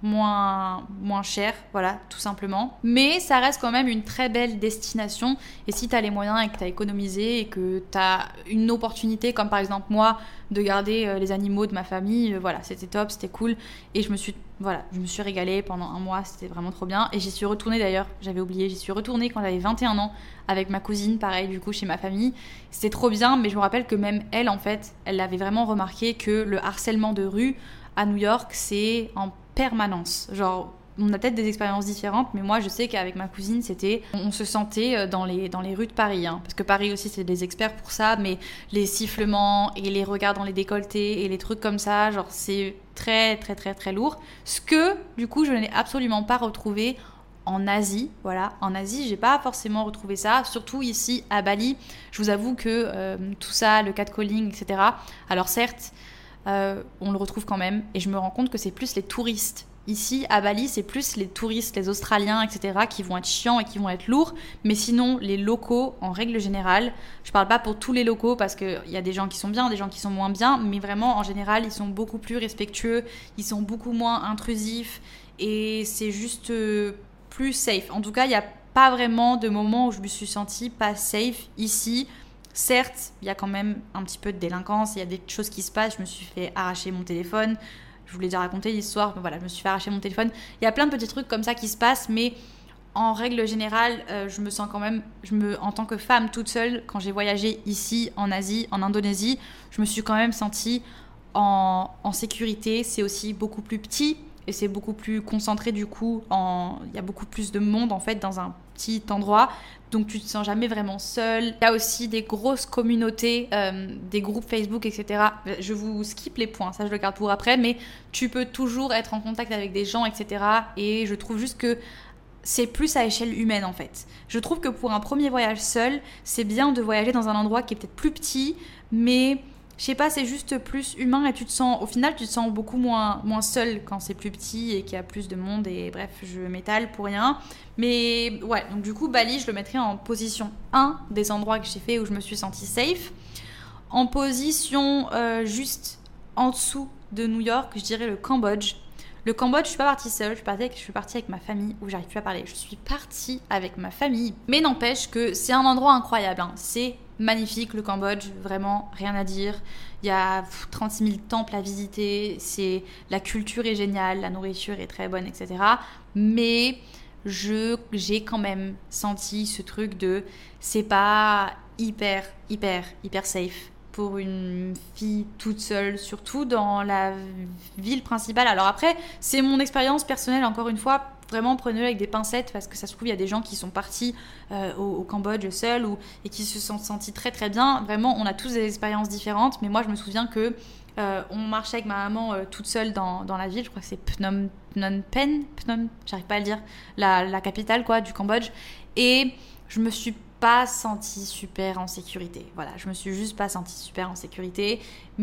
Speaker 2: moins, moins cher, voilà, tout simplement. Mais ça reste quand même une très belle destination. Et si tu as les moyens et que tu as économisé et que tu as une opportunité, comme par exemple moi, de garder euh, les animaux de ma famille, euh, voilà, c'était top, c'était cool. Et je me suis, voilà, je me suis régalée pendant un mois, c'était vraiment trop bien. Et j'y suis retournée d'ailleurs, j'avais oublié, j'y suis retournée quand j'avais vingt et un ans avec ma cousine, pareil, du coup, chez ma famille. C'était trop bien, mais je me rappelle que même elle, en fait, elle avait vraiment remarqué que le harcèlement de rue à New York, c'est en permanence. Genre, on a peut-être des expériences différentes, mais moi, je sais qu'avec ma cousine, c'était... On se sentait dans les, dans les rues de Paris, hein, parce que Paris aussi, c'est des experts pour ça, mais les sifflements et les regards dans les décolletés et les trucs comme ça, genre, c'est très, très, très, très lourd. Ce que, du coup, je n'ai absolument pas retrouvé en Asie, voilà. En Asie, j'ai pas forcément retrouvé ça, surtout ici, à Bali. Je vous avoue que euh, tout ça, le catcalling, et cetera. Alors certes, Euh, on le retrouve quand même, et je me rends compte que c'est plus les touristes. Ici, à Bali, c'est plus les touristes, les Australiens, et cetera, qui vont être chiants et qui vont être lourds, mais sinon, les locaux, en règle générale, je parle pas pour tous les locaux, parce qu'il y a des gens qui sont bien, des gens qui sont moins bien, mais vraiment, en général, ils sont beaucoup plus respectueux, ils sont beaucoup moins intrusifs, et c'est juste euh, plus safe. En tout cas, il n'y a pas vraiment de moment où je me suis sentie pas safe ici. Certes, il y a quand même un petit peu de délinquance, il y a des choses qui se passent. Je me suis fait arracher mon téléphone. Je voulais déjà raconter l'histoire, mais voilà, je me suis fait arracher mon téléphone. Il y a plein de petits trucs comme ça qui se passent, mais en règle générale, euh, je me sens quand même, je me, en tant que femme toute seule, quand j'ai voyagé ici, en Asie, en Indonésie, je me suis quand même sentie en, en sécurité. C'est aussi beaucoup plus petit et c'est beaucoup plus concentré du coup. En, il y a beaucoup plus de monde en fait dans un petit endroit. Donc tu te sens jamais vraiment seule. Il y a aussi des grosses communautés, euh, des groupes Facebook, et cetera. Je vous skip les points, ça je le garde pour après, mais tu peux toujours être en contact avec des gens, et cetera. Et je trouve juste que c'est plus à échelle humaine en fait. Je trouve que pour un premier voyage seul, c'est bien de voyager dans un endroit qui est peut-être plus petit, mais je sais pas, c'est juste plus humain et tu te sens, au final, tu te sens beaucoup moins, moins seul quand c'est plus petit et qu'il y a plus de monde. Et bref, je m'étale pour rien. Mais ouais, donc du coup, Bali, je le mettrais en position un des endroits que j'ai fait où je me suis sentie safe. En position euh, juste en dessous de New York, je dirais le Cambodge. Le Cambodge, je suis pas partie seule, je suis partie avec, je suis partie avec ma famille, où j'arrive plus à parler. Je suis partie avec ma famille. Mais n'empêche que c'est un endroit incroyable, hein. C'est magnifique le Cambodge, vraiment rien à dire. Il y a trente-six mille temples à visiter, c'est, la culture est géniale, la nourriture est très bonne, et cetera. Mais je, j'ai quand même senti ce truc de c'est pas hyper, hyper, hyper safe pour une fille toute seule, surtout dans la ville principale. Alors après, c'est mon expérience personnelle, encore une fois, vraiment prenez-le avec des pincettes, parce que ça se trouve, il y a des gens qui sont partis euh, au, au Cambodge seuls ou, et qui se sont sentis très très bien. Vraiment, on a tous des expériences différentes, mais moi je me souviens que euh, on marchait avec ma maman euh, toute seule dans, dans la ville, je crois que c'est Phnom, Phnom Penh, Phnom, j'arrive pas à le dire, la, la capitale quoi, du Cambodge, et je me suis pas sentie super en sécurité. Voilà, je me suis juste pas sentie super en sécurité,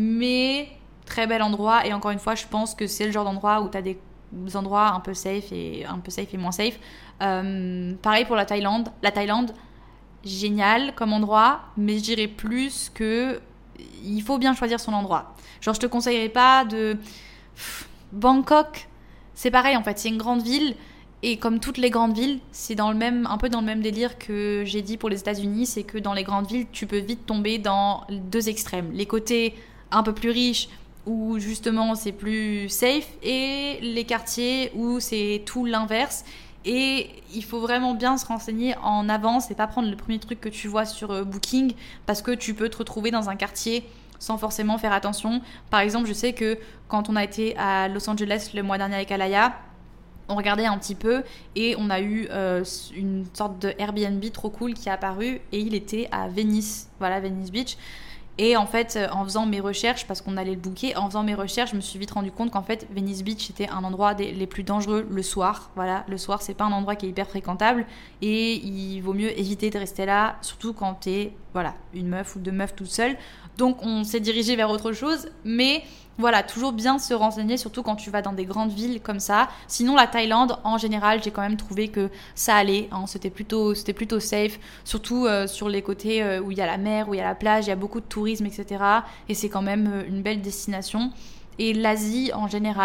Speaker 2: mais très bel endroit. Et encore une fois, je pense que c'est le genre d'endroit où t'as des endroits un peu safe et un peu safe et moins safe. Euh, pareil pour la Thaïlande. La Thaïlande, génial comme endroit, mais je dirais plus que il faut bien choisir son endroit. Genre, je te conseillerais pas de Bangkok. C'est pareil en fait, c'est une grande ville. Et comme toutes les grandes villes, c'est dans le même, un peu dans le même délire que j'ai dit pour les États-Unis, c'est que dans les grandes villes, tu peux vite tomber dans deux extrêmes. Les côtés un peu plus riches, où justement c'est plus safe, et les quartiers où c'est tout l'inverse. Et il faut vraiment bien se renseigner en avance et pas prendre le premier truc que tu vois sur Booking, parce que tu peux te retrouver dans un quartier sans forcément faire attention. Par exemple, je sais que quand on a été à Los Angeles le mois dernier avec Alaya, on regardait un petit peu et on a eu euh, une sorte de Airbnb trop cool qui est apparu, et il était à Venice, voilà, Venice Beach. Et en fait, en faisant mes recherches, parce qu'on allait le booker, en faisant mes recherches, je me suis vite rendu compte qu'en fait, Venice Beach était un endroit des, les plus dangereux le soir. Voilà, le soir, c'est pas un endroit qui est hyper fréquentable, et il vaut mieux éviter de rester là, surtout quand t'es, voilà, une meuf ou deux meufs toute seule. Donc, on s'est dirigé vers autre chose, mais voilà, toujours bien se renseigner, surtout quand tu vas dans des grandes villes comme ça. Sinon, la Thaïlande, en général, j'ai quand même trouvé que ça allait, hein, c'était plutôt, c'était plutôt safe, surtout euh, sur les côtés euh, où il y a la mer, où il y a la plage, il y a beaucoup de tourisme, et cetera. Et c'est quand même euh, une belle destination. Et l'Asie, en général,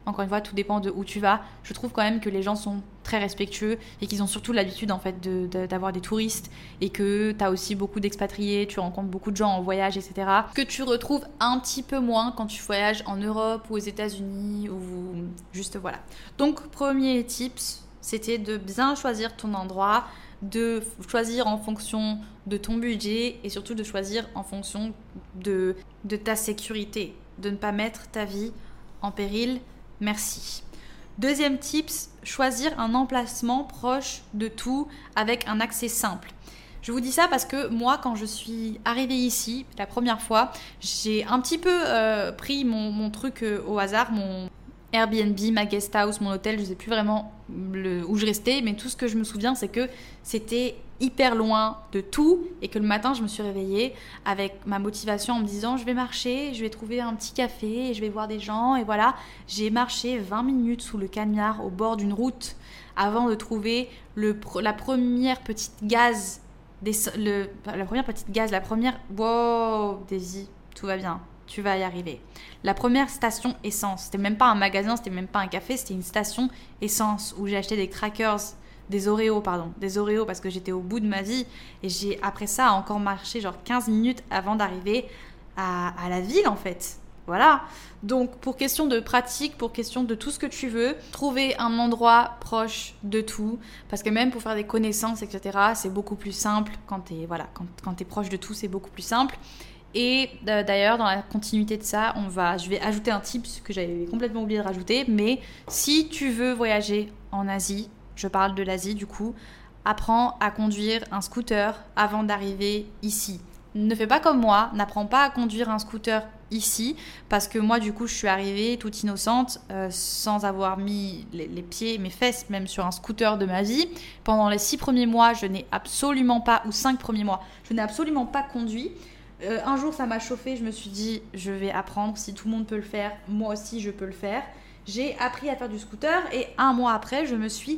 Speaker 2: Encore une fois, tout dépend de où tu vas. Je trouve quand même que les gens sont très respectueux et qu'ils ont surtout l'habitude en fait de, de, d'avoir des touristes et que tu as aussi beaucoup d'expatriés, tu rencontres beaucoup de gens en voyage, et cetera. Que tu retrouves un petit peu moins quand tu voyages en Europe ou aux États-Unis ou juste voilà. Donc, premier tips, c'était de bien choisir ton endroit, de choisir en fonction de ton budget et surtout de choisir en fonction de, de ta sécurité, de ne pas mettre ta vie en péril. Merci. Deuxième tips, choisir un emplacement proche de tout avec un accès simple. Je vous dis ça parce que moi, quand je suis arrivée ici, la première fois, j'ai un petit peu euh, pris mon, mon truc euh, au hasard, mon Airbnb, ma guest house, mon hôtel, je ne sais plus vraiment le, où je restais, mais tout ce que je me souviens, c'est que c'était hyper loin de tout et que le matin, je me suis réveillée avec ma motivation en me disant je vais marcher, je vais trouver un petit café, je vais voir des gens et voilà. J'ai marché vingt minutes sous le cagnard au bord d'une route avant de trouver le, la première petite gaz, des, le, la première petite gaz, la première... Wow, Daisy, tout va bien. Tu vas y arriver. La première station essence, c'était même pas un magasin, c'était même pas un café, c'était une station essence où j'ai acheté des crackers, des Oreos, pardon, des Oreos parce que j'étais au bout de ma vie et j'ai après ça encore marché genre quinze minutes avant d'arriver à, à la ville en fait. Voilà. Donc pour question de pratique, pour question de tout ce que tu veux, trouver un endroit proche de tout parce que même pour faire des connaissances, et cetera, c'est beaucoup plus simple quand t'es voilà, quand, quand t'es proche de tout, c'est beaucoup plus simple. Et euh, d'ailleurs, dans la continuité de ça, on va, je vais ajouter un tip que j'avais complètement oublié de rajouter. Mais si tu veux voyager en Asie, je parle de l'Asie du coup, apprends à conduire un scooter avant d'arriver ici. Ne fais pas comme moi, n'apprends pas à conduire un scooter ici, parce que moi du coup je suis arrivée toute innocente, euh, sans avoir mis les, les pieds, mes fesses même sur un scooter de ma vie. Pendant les six premiers mois, je n'ai absolument pas, ou cinq premiers mois, je n'ai absolument pas conduit. Euh, un jour, ça m'a chauffé. Je me suis dit, je vais apprendre. Si tout le monde peut le faire, moi aussi, je peux le faire. J'ai appris à faire du scooter et un mois après, je me suis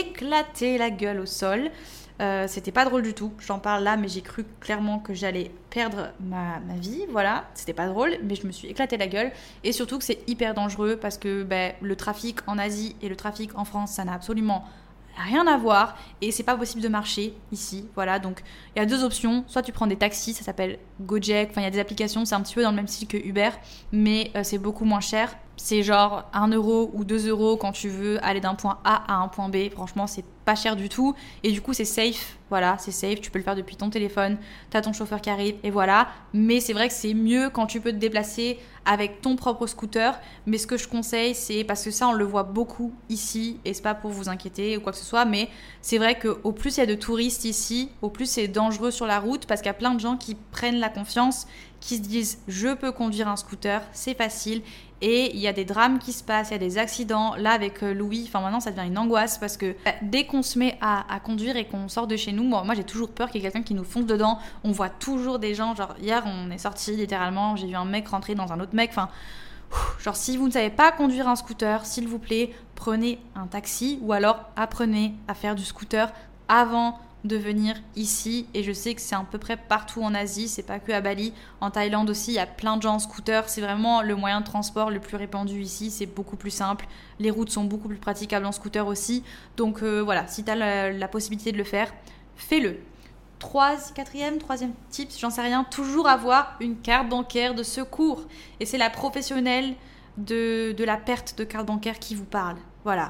Speaker 2: éclaté la gueule au sol. Euh, c'était pas drôle du tout. J'en parle là, mais j'ai cru clairement que j'allais perdre ma, ma vie. Voilà, c'était pas drôle, mais je me suis éclaté la gueule. Et surtout que c'est hyper dangereux parce que ben, le trafic en Asie et le trafic en France, ça n'a absolument rien à voir et c'est pas possible de marcher ici, voilà. Donc il y a deux options, soit tu prends des taxis, ça s'appelle Gojek, enfin il y a des applications, c'est un petit peu dans le même style que Uber, mais euh, c'est beaucoup moins cher, c'est genre un euro ou deux euros quand tu veux aller d'un point A à un point B. Franchement c'est pas cher du tout et du coup c'est safe, voilà, c'est safe, tu peux le faire depuis ton téléphone, t'as ton chauffeur qui arrive et voilà. Mais c'est vrai que c'est mieux quand tu peux te déplacer avec ton propre scooter, mais ce que je conseille, c'est parce que ça on le voit beaucoup ici et c'est pas pour vous inquiéter ou quoi que ce soit, mais c'est vrai qu'au plus il y a de touristes ici, au plus c'est dangereux sur la route parce qu'il y a plein de gens qui prennent la confiance, qui se disent je peux conduire un scooter, c'est facile. Et il y a des drames qui se passent, il y a des accidents. Là, avec Louis, enfin maintenant, ça devient une angoisse parce que bah, dès qu'on se met à, à conduire et qu'on sort de chez nous, moi, moi j'ai toujours peur qu'il y ait quelqu'un qui nous fonce dedans. On voit toujours des gens, genre hier, on est sorti littéralement, j'ai vu un mec rentrer dans un autre mec. Enfin, genre si vous ne savez pas conduire un scooter, s'il vous plaît, prenez un taxi ou alors apprenez à faire du scooter avant de venir ici. Et je sais que c'est à peu près partout en Asie, c'est pas que à Bali, en Thaïlande aussi, il y a plein de gens en scooter, c'est vraiment le moyen de transport le plus répandu ici, c'est beaucoup plus simple, les routes sont beaucoup plus praticables en scooter aussi, donc euh, voilà, si tu as la, la possibilité de le faire, fais-le. Trois, quatrième, troisième tips, j'en sais rien, toujours avoir une carte bancaire de secours, et c'est la professionnelle de, de la perte de carte bancaire qui vous parle, voilà.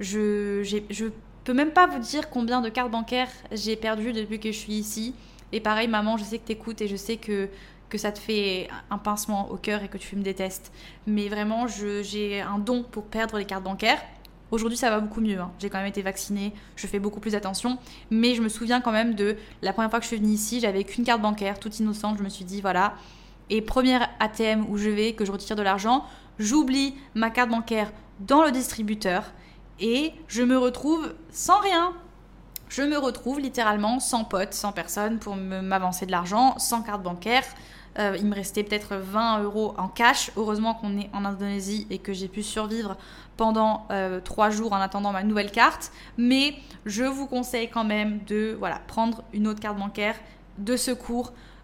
Speaker 2: Je, j'ai, je Je peux même pas vous dire combien de cartes bancaires j'ai perdues depuis que je suis ici. Et pareil, maman, je sais que t'écoutes et je sais que, que ça te fait un pincement au cœur et que tu me détestes. Mais vraiment, je, j'ai un don pour perdre les cartes bancaires. Aujourd'hui, ça va beaucoup mieux, hein. J'ai quand même été vaccinée, je fais beaucoup plus attention. Mais je me souviens quand même de la première fois que je suis venue ici, j'avais qu'une carte bancaire, toute innocente. Je me suis dit, voilà. Et première A T M où je vais, que je retire de l'argent, j'oublie ma carte bancaire dans le distributeur. Et je me retrouve sans rien. Je me retrouve littéralement sans pote, sans personne pour me, m'avancer de l'argent, sans carte bancaire. Euh, il me restait peut-être vingt euros en cash. Heureusement qu'on est en Indonésie et que j'ai pu survivre pendant euh, trois jours en attendant ma nouvelle carte. Mais je vous conseille quand même de voilà, prendre une autre carte bancaire de secours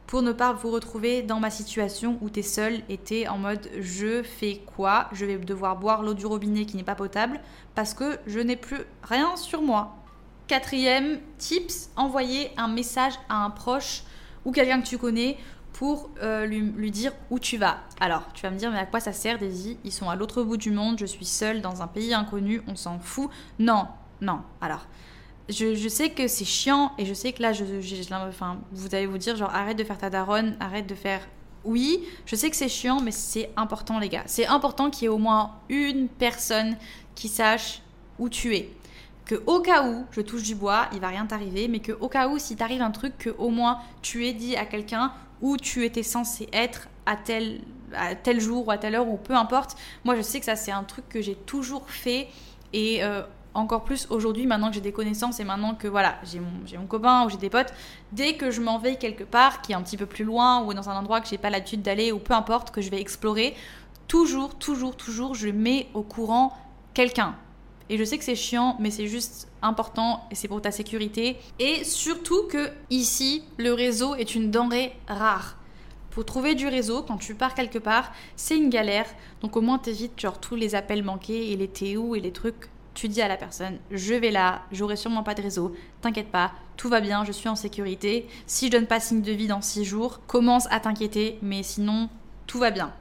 Speaker 2: pour ne pas vous retrouver dans ma situation où t'es seule et t'es en mode je fais quoi ? Je vais devoir boire l'eau du robinet qui n'est pas potable parce que je n'ai plus rien sur moi. Quatrième tips, envoyer un message à un proche ou quelqu'un que tu connais pour euh, lui, lui dire où tu vas. Alors, tu vas me dire, mais à quoi ça sert, Daisy ? Ils sont à l'autre bout du monde, je suis seule dans un pays inconnu, on s'en fout. Non, non. Alors, je, je sais que c'est chiant et je sais que là, je, je, je, enfin, vous allez vous dire, genre, arrête de faire ta daronne, arrête de faire... Oui, je sais que c'est chiant, mais c'est important, les gars. C'est important qu'il y ait au moins une personne qui sache où tu es. Que au cas où, je touche du bois, il va rien t'arriver, mais que au cas où, si t'arrive un truc, que au moins tu aies dit à quelqu'un où tu étais censé être à tel, à tel jour ou à telle heure ou peu importe. Moi, je sais que ça, c'est un truc que j'ai toujours fait et euh, encore plus aujourd'hui, maintenant que j'ai des connaissances et maintenant que voilà, j'ai mon, j'ai mon copain ou j'ai des potes, dès que je m'en vais quelque part, qui est un petit peu plus loin ou dans un endroit que j'ai pas l'habitude d'aller ou peu importe, que je vais explorer, toujours, toujours, toujours, je mets au courant quelqu'un. Et je sais que c'est chiant, mais c'est juste important et c'est pour ta sécurité. Et surtout que ici, le réseau est une denrée rare. Pour trouver du réseau, quand tu pars quelque part, c'est une galère. Donc au moins t'évites genre tous les appels manqués et les T O et les trucs. Tu dis à la personne, je vais là, j'aurai sûrement pas de réseau. T'inquiète pas, tout va bien, je suis en sécurité. Si je donne pas signe de vie dans six jours, commence à t'inquiéter, mais sinon, tout va bien.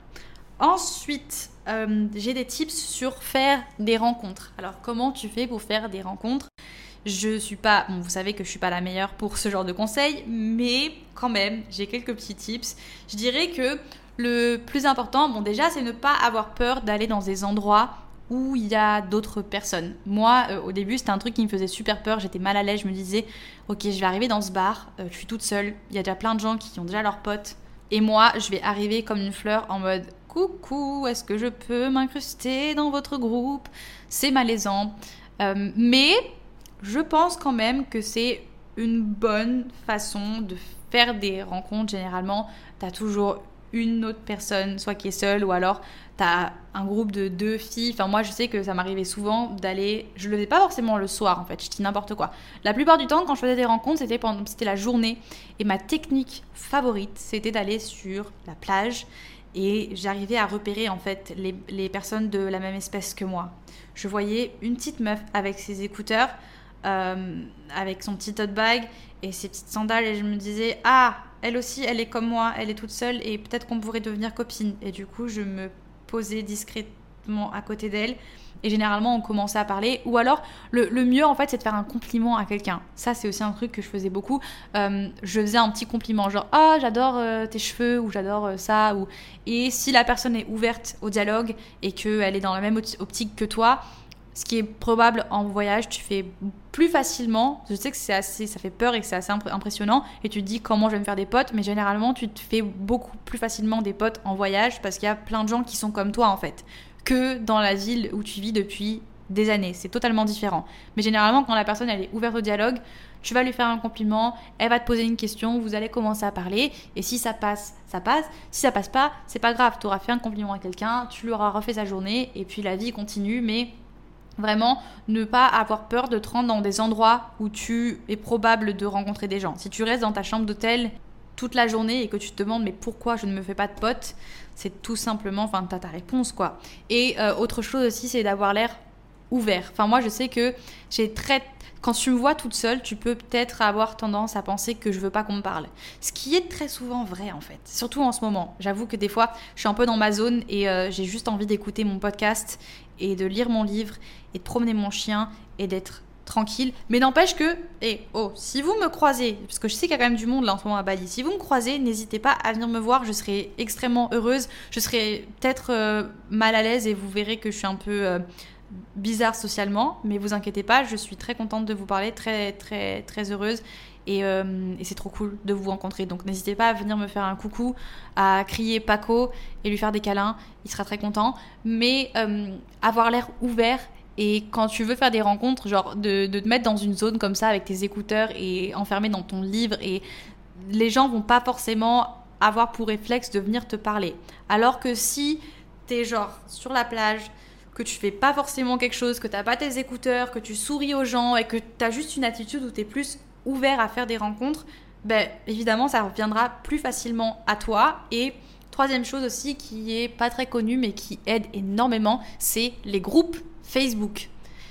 Speaker 2: Ensuite, euh, j'ai des tips sur faire des rencontres. Alors, comment tu fais pour faire des rencontres ? Je suis pas... Bon, vous savez que je suis pas la meilleure pour ce genre de conseils, mais quand même, j'ai quelques petits tips. Je dirais que le plus important, bon déjà, c'est ne pas avoir peur d'aller dans des endroits où il y a d'autres personnes. Moi, euh, au début, c'était un truc qui me faisait super peur. J'étais mal à l'aise. Je me disais, ok, je vais arriver dans ce bar. Euh, je suis toute seule. Il y a déjà plein de gens qui ont déjà leurs potes. Et moi, je vais arriver comme une fleur en mode... Coucou, est-ce que je peux m'incruster dans votre groupe ? C'est malaisant. Euh, mais je pense quand même que c'est une bonne façon de faire des rencontres. Généralement, tu as toujours une autre personne, soit qui est seule, ou alors tu as un groupe de deux filles. Enfin, moi, je sais que ça m'arrivait souvent d'aller... Je le faisais pas forcément le soir, en fait. Je dis n'importe quoi. La plupart du temps, quand je faisais des rencontres, c'était, pendant... c'était la journée. Et ma technique favorite, c'était d'aller sur la plage. Et j'arrivais à repérer en fait les, les personnes de la même espèce que moi. Je voyais une petite meuf avec ses écouteurs, euh, avec son petit tote bag et ses petites sandales et je me disais « Ah, elle aussi, elle est comme moi, elle est toute seule et peut-être qu'on pourrait devenir copine. » Et du coup, je me posais discrètement à côté d'elle et généralement, on commençait à parler. Ou alors, le, le mieux en fait, c'est de faire un compliment à quelqu'un. Ça, c'est aussi un truc que je faisais beaucoup. Euh, je faisais un petit compliment, genre « Ah, oh, j'adore euh, tes cheveux » ou « J'adore euh, ça » ou... Et si la personne est ouverte au dialogue et qu'elle est dans la même optique que toi, ce qui est probable en voyage, tu fais plus facilement. Je sais que c'est assez, ça fait peur et que c'est assez impressionnant. Et tu te dis comment je vais me faire des potes. Mais généralement, tu te fais beaucoup plus facilement des potes en voyage parce qu'il y a plein de gens qui sont comme toi en fait. Que dans la ville où tu vis depuis des années. C'est totalement différent. Mais généralement, quand la personne elle est ouverte au dialogue, tu vas lui faire un compliment, elle va te poser une question, vous allez commencer à parler. Et si ça passe, ça passe. Si ça passe pas, c'est pas grave. Tu auras fait un compliment à quelqu'un, tu lui auras refait sa journée et puis la vie continue. Mais vraiment, ne pas avoir peur de te rendre dans des endroits où tu es probable de rencontrer des gens. Si tu restes dans ta chambre d'hôtel toute la journée et que tu te demandes mais pourquoi je ne me fais pas de potes, c'est tout simplement, enfin t'as ta réponse quoi. Et euh, autre chose aussi, c'est d'avoir l'air ouvert. Enfin moi je sais que j'ai très... Quand tu me vois toute seule, tu peux peut-être avoir tendance à penser que je veux pas qu'on me parle. Ce qui est très souvent vrai en fait, surtout en ce moment. J'avoue que des fois, je suis un peu dans ma zone et euh, j'ai juste envie d'écouter mon podcast et de lire mon livre et de promener mon chien et d'être tranquille. Mais n'empêche que, et oh, si vous me croisez, parce que je sais qu'il y a quand même du monde là en ce moment à Bali, si vous me croisez, n'hésitez pas à venir me voir, je serai extrêmement heureuse. Je serai peut-être euh, mal à l'aise et vous verrez que je suis un peu... Euh, bizarre socialement, mais vous inquiétez pas, je suis très contente de vous parler, très très très heureuse et, euh, et c'est trop cool de vous rencontrer, donc n'hésitez pas à venir me faire un coucou, à crier Paco et lui faire des câlins, il sera très content, mais euh, avoir l'air ouvert et quand tu veux faire des rencontres, genre de, de te mettre dans une zone comme ça avec tes écouteurs et enfermé dans ton livre et les gens vont pas forcément avoir pour réflexe de venir te parler, alors que si t'es genre sur la plage, que tu fais pas forcément quelque chose, que t'as pas tes écouteurs, que tu souris aux gens et que t'as juste une attitude où t'es plus ouvert à faire des rencontres, ben, évidemment, ça reviendra plus facilement à toi. Et troisième chose aussi qui est pas très connue mais qui aide énormément, c'est les groupes Facebook.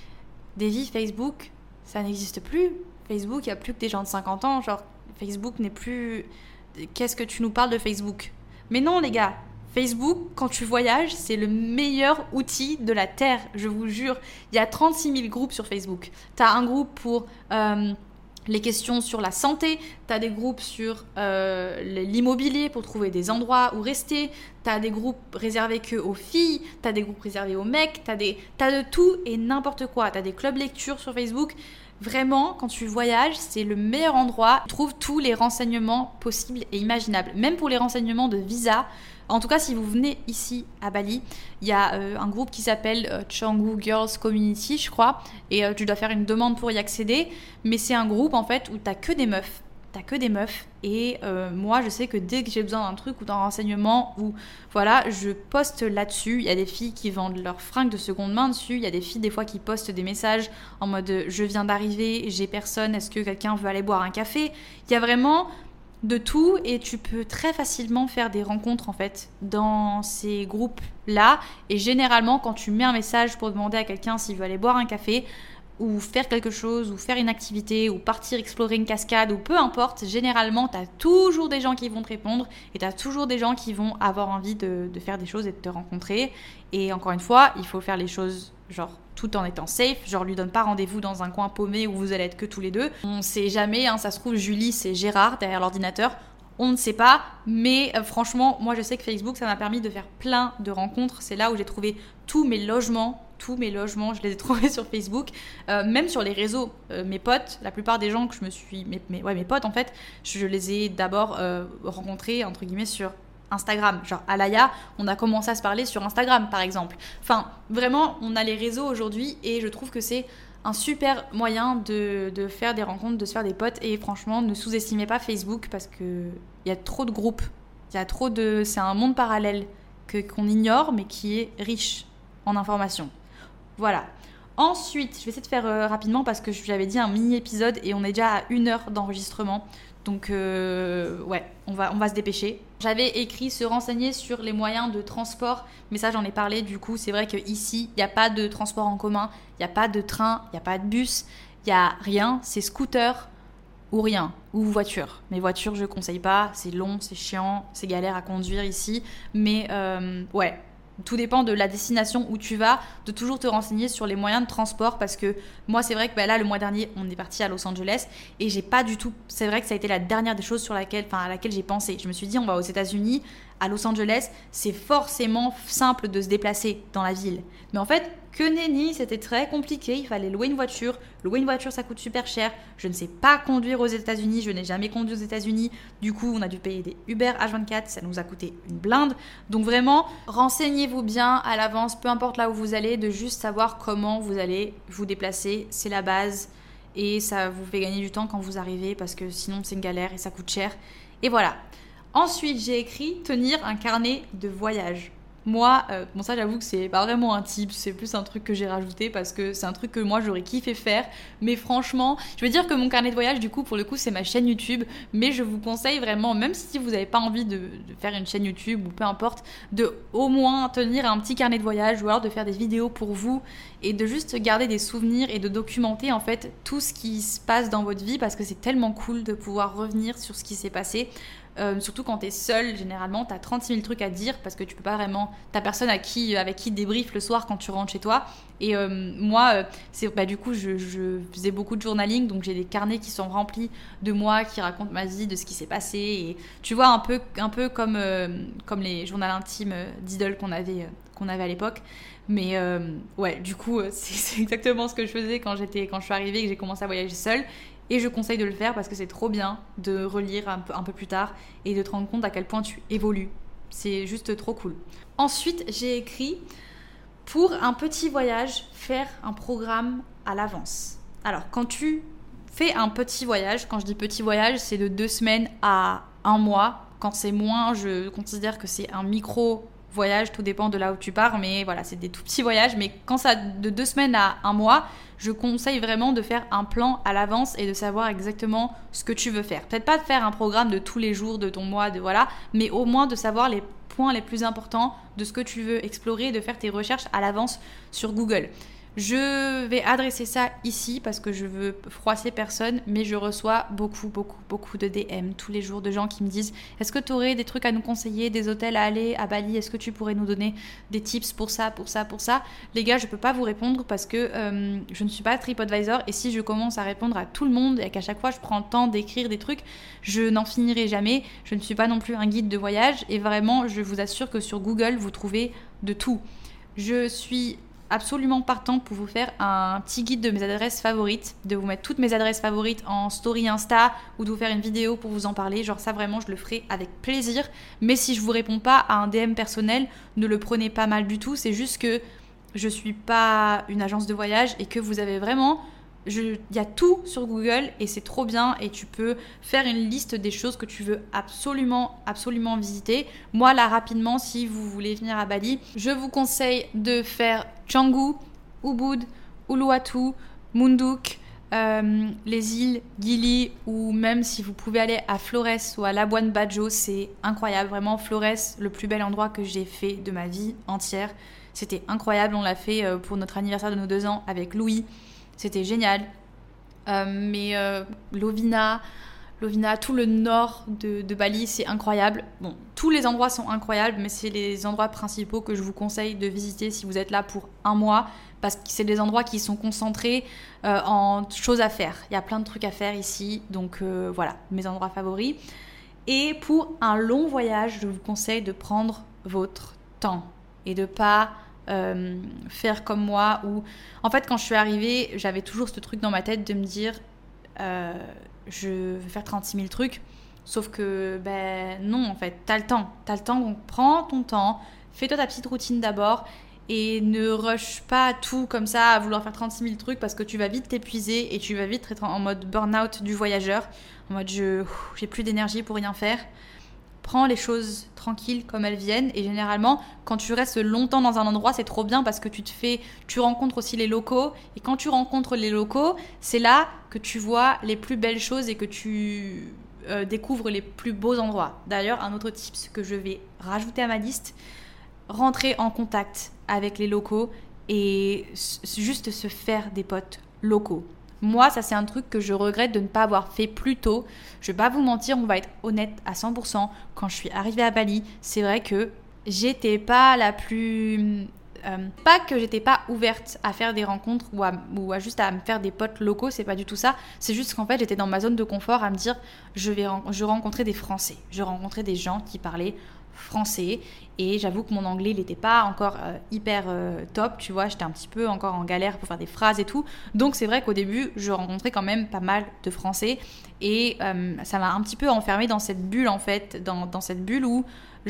Speaker 2: Des vies Facebook, ça n'existe plus. Facebook, il n'y a plus que des gens de cinquante ans. Genre, Facebook n'est plus... Qu'est-ce que tu nous parles de Facebook ? Mais non, les gars, Facebook, quand tu voyages, c'est le meilleur outil de la Terre, je vous jure. Il y a trente-six mille groupes sur Facebook. Tu as un groupe pour euh, les questions sur la santé, tu as des groupes sur euh, l'immobilier pour trouver des endroits où rester, tu as des groupes réservés que aux filles, tu as des groupes réservés aux mecs, tu as des... de tout et n'importe quoi. Tu as des clubs lecture sur Facebook. Vraiment, quand tu voyages, c'est le meilleur endroit. Tu trouves tous les renseignements possibles et imaginables. Même pour les renseignements de visa. En tout cas, si vous venez ici à Bali, il y a euh, un groupe qui s'appelle euh, Canggu Girls Community, je crois. Et euh, tu dois faire une demande pour y accéder. Mais c'est un groupe, en fait, où tu n'as que des meufs. T'as que des meufs et euh, moi je sais que dès que j'ai besoin d'un truc ou d'un renseignement ou voilà, je poste là-dessus. Il y a des filles qui vendent leurs fringues de seconde main dessus, il y a des filles des fois qui postent des messages en mode je viens d'arriver, j'ai personne, est-ce que quelqu'un veut aller boire un café ? Il y a vraiment de tout et tu peux très facilement faire des rencontres en fait dans ces groupes là et généralement quand tu mets un message pour demander à quelqu'un s'il veut aller boire un café ou faire quelque chose, ou faire une activité, ou partir explorer une cascade, ou peu importe, généralement, tu as toujours des gens qui vont te répondre et tu as toujours des gens qui vont avoir envie de, de faire des choses et de te rencontrer. Et encore une fois, il faut faire les choses genre tout en étant safe, genre lui donne pas rendez-vous dans un coin paumé où vous allez être que tous les deux. On sait jamais, hein, ça se trouve Julie c'est Gérard derrière l'ordinateur, on ne sait pas, mais euh, franchement, moi je sais que Facebook ça m'a permis de faire plein de rencontres, c'est là où j'ai trouvé tous mes logements, tous mes logements, je les ai trouvés sur Facebook, euh, même sur les réseaux, euh, mes potes, la plupart des gens que je me suis, mes, mes, ouais mes potes en fait, je les ai d'abord euh, rencontrés entre guillemets sur Instagram, genre Alaya, on a commencé à se parler sur Instagram par exemple. Enfin, vraiment, on a les réseaux aujourd'hui et je trouve que c'est un super moyen de, de faire des rencontres, de se faire des potes et franchement, ne sous-estimez pas Facebook parce que il y a trop de groupes, il y a trop de, c'est un monde parallèle que qu'on ignore mais qui est riche en informations. Voilà. Ensuite, je vais essayer de faire euh, rapidement parce que j'avais dit un mini-épisode et on est déjà à une heure d'enregistrement. Donc, euh, ouais, on va, on va se dépêcher. J'avais écrit se renseigner sur les moyens de transport, mais ça, j'en ai parlé. Du coup, c'est vrai qu'ici, il n'y a pas de transport en commun, il n'y a pas de train, il n'y a pas de bus, il n'y a rien. C'est scooter ou rien, ou voiture. Mais voiture, je ne conseille pas. C'est long, c'est chiant, c'est galère à conduire ici. Mais, euh, ouais. Tout dépend de la destination où tu vas, de toujours te renseigner sur les moyens de transport parce que moi c'est vrai que bah, là le mois dernier on est parti à Los Angeles et j'ai pas du tout, c'est vrai que ça a été la dernière des choses sur laquelle, enfin à laquelle j'ai pensé. Je me suis dit on va aux États-Unis, à Los Angeles, c'est forcément simple de se déplacer dans la ville. Mais en fait que nenni, c'était très compliqué, il fallait louer une voiture, louer une voiture ça coûte super cher, je ne sais pas conduire aux États-Unis, je n'ai jamais conduit aux États-Unis, du coup on a dû payer des Uber H vingt-quatre, ça nous a coûté une blinde, donc vraiment renseignez-vous bien à l'avance, peu importe là où vous allez, de juste savoir comment vous allez vous déplacer, c'est la base et ça vous fait gagner du temps quand vous arrivez parce que sinon c'est une galère et ça coûte cher et voilà. Ensuite j'ai écrit tenir un carnet de voyage. Moi, euh, bon ça j'avoue que c'est pas vraiment un tip, c'est plus un truc que j'ai rajouté parce que c'est un truc que moi j'aurais kiffé faire. Mais franchement, je veux dire que mon carnet de voyage du coup pour le coup c'est ma chaîne YouTube. Mais je vous conseille vraiment, même si vous n'avez pas envie de, de faire une chaîne YouTube ou peu importe, de au moins tenir un petit carnet de voyage ou alors de faire des vidéos pour vous et de juste garder des souvenirs et de documenter en fait tout ce qui se passe dans votre vie parce que c'est tellement cool de pouvoir revenir sur ce qui s'est passé. Euh, surtout quand t'es seule, généralement t'as trente-six mille trucs à dire parce que tu peux pas vraiment, t'as personne à qui, avec qui débrief le soir quand tu rentres chez toi. Et euh, moi, euh, c'est, bah, du coup, je, je faisais beaucoup de journaling, donc j'ai des carnets qui sont remplis de moi, qui racontent ma vie, de ce qui s'est passé. Et tu vois, un peu, un peu comme, euh, comme les journaux intimes d'Idol qu'on avait, euh, qu'on avait à l'époque. Mais euh, ouais, du coup, c'est, c'est exactement ce que je faisais quand, j'étais, quand je suis arrivée et que j'ai commencé à voyager seule. Et je conseille de le faire parce que c'est trop bien de relire un peu, un peu plus tard et de te rendre compte à quel point tu évolues. C'est juste trop cool. Ensuite, j'ai écrit pour un petit voyage, faire un programme à l'avance. Alors, quand tu fais un petit voyage, quand je dis petit voyage, c'est de deux semaines à un mois. Quand c'est moins, je considère que c'est un micro voyage, tout dépend de là où tu pars, mais voilà, c'est des tout petits voyages. Mais quand ça de deux semaines à un mois, je conseille vraiment de faire un plan à l'avance et de savoir exactement ce que tu veux faire. Peut-être pas de faire un programme de tous les jours de ton mois, de voilà, mais au moins de savoir les points les plus importants de ce que tu veux explorer et de faire tes recherches à l'avance sur Google. Je vais adresser ça ici parce que je veux froisser personne, mais je reçois beaucoup, beaucoup, beaucoup de D M tous les jours de gens qui me disent « Est-ce que tu aurais des trucs à nous conseiller, des hôtels à aller à Bali? Est-ce que tu pourrais nous donner des tips pour ça, pour ça, pour ça ?» Les gars, je peux pas vous répondre parce que euh, je ne suis pas TripAdvisor et si je commence à répondre à tout le monde et qu'à chaque fois je prends le temps d'écrire des trucs, je n'en finirai jamais. Je ne suis pas non plus un guide de voyage et vraiment, je vous assure que sur Google, vous trouvez de tout. Je suis absolument partant pour vous faire un petit guide de mes adresses favorites, de vous mettre toutes mes adresses favorites en story Insta ou de vous faire une vidéo pour vous en parler. Genre ça vraiment je le ferai avec plaisir, mais si je vous réponds pas à un D M personnel, ne le prenez pas mal du tout, c'est juste que je suis pas une agence de voyage et que vous avez vraiment... Il y a tout sur Google et c'est trop bien et tu peux faire une liste des choses que tu veux absolument, absolument visiter. Moi, là, rapidement, si vous voulez venir à Bali, je vous conseille de faire Canggu, Ubud, Uluwatu, Munduk, euh, les îles Gili ou même si vous pouvez aller à Flores ou à Labuan Bajo, c'est incroyable. Vraiment, Flores, le plus bel endroit que j'ai fait de ma vie entière. C'était incroyable, on l'a fait pour notre anniversaire de nos deux ans avec Louis. C'était génial. Euh, mais euh, Lovina, Lovina, tout le nord de, de Bali, c'est incroyable. Bon, tous les endroits sont incroyables, mais c'est les endroits principaux que je vous conseille de visiter si vous êtes là pour un mois, parce que c'est des endroits qui sont concentrés euh, en choses à faire. Il y a plein de trucs à faire ici, donc euh, voilà, mes endroits favoris. Et pour un long voyage, je vous conseille de prendre votre temps et de pas... Euh, faire comme moi où en fait quand je suis arrivée j'avais toujours ce truc dans ma tête de me dire euh, je veux faire trente-six mille trucs sauf que ben non en fait t'as le temps t'as le temps donc prends ton temps, fais-toi ta petite routine d'abord et ne rush pas tout comme ça à vouloir faire trente-six mille trucs parce que tu vas vite t'épuiser et tu vas vite être en mode burn-out du voyageur, en mode je, j'ai plus d'énergie pour rien faire. Prends les choses tranquilles comme elles viennent et généralement quand tu restes longtemps dans un endroit c'est trop bien parce que tu te fais, tu rencontres aussi les locaux et quand tu rencontres les locaux c'est là que tu vois les plus belles choses et que tu euh, découvres les plus beaux endroits. D'ailleurs un autre tips que je vais rajouter à ma liste, rentrer en contact avec les locaux et s- juste se faire des potes locaux. Moi, ça c'est un truc que je regrette de ne pas avoir fait plus tôt. Je vais pas vous mentir, on va être honnête à cent pour cent. Quand je suis arrivée à Bali, c'est vrai que j'étais pas la plus... Euh, pas que j'étais pas ouverte à faire des rencontres ou à, ou à juste à me faire des potes locaux, c'est pas du tout ça. C'est juste qu'en fait, j'étais dans ma zone de confort à me dire, je vais je rencontrer des Français. Je rencontrais des gens qui parlaient français et j'avoue que mon anglais il n'était pas encore euh, hyper euh, top, tu vois, j'étais un petit peu encore en galère pour faire des phrases et tout, donc c'est vrai qu'au début je rencontrais quand même pas mal de Français et euh, ça m'a un petit peu enfermée dans cette bulle en fait, dans, dans cette bulle où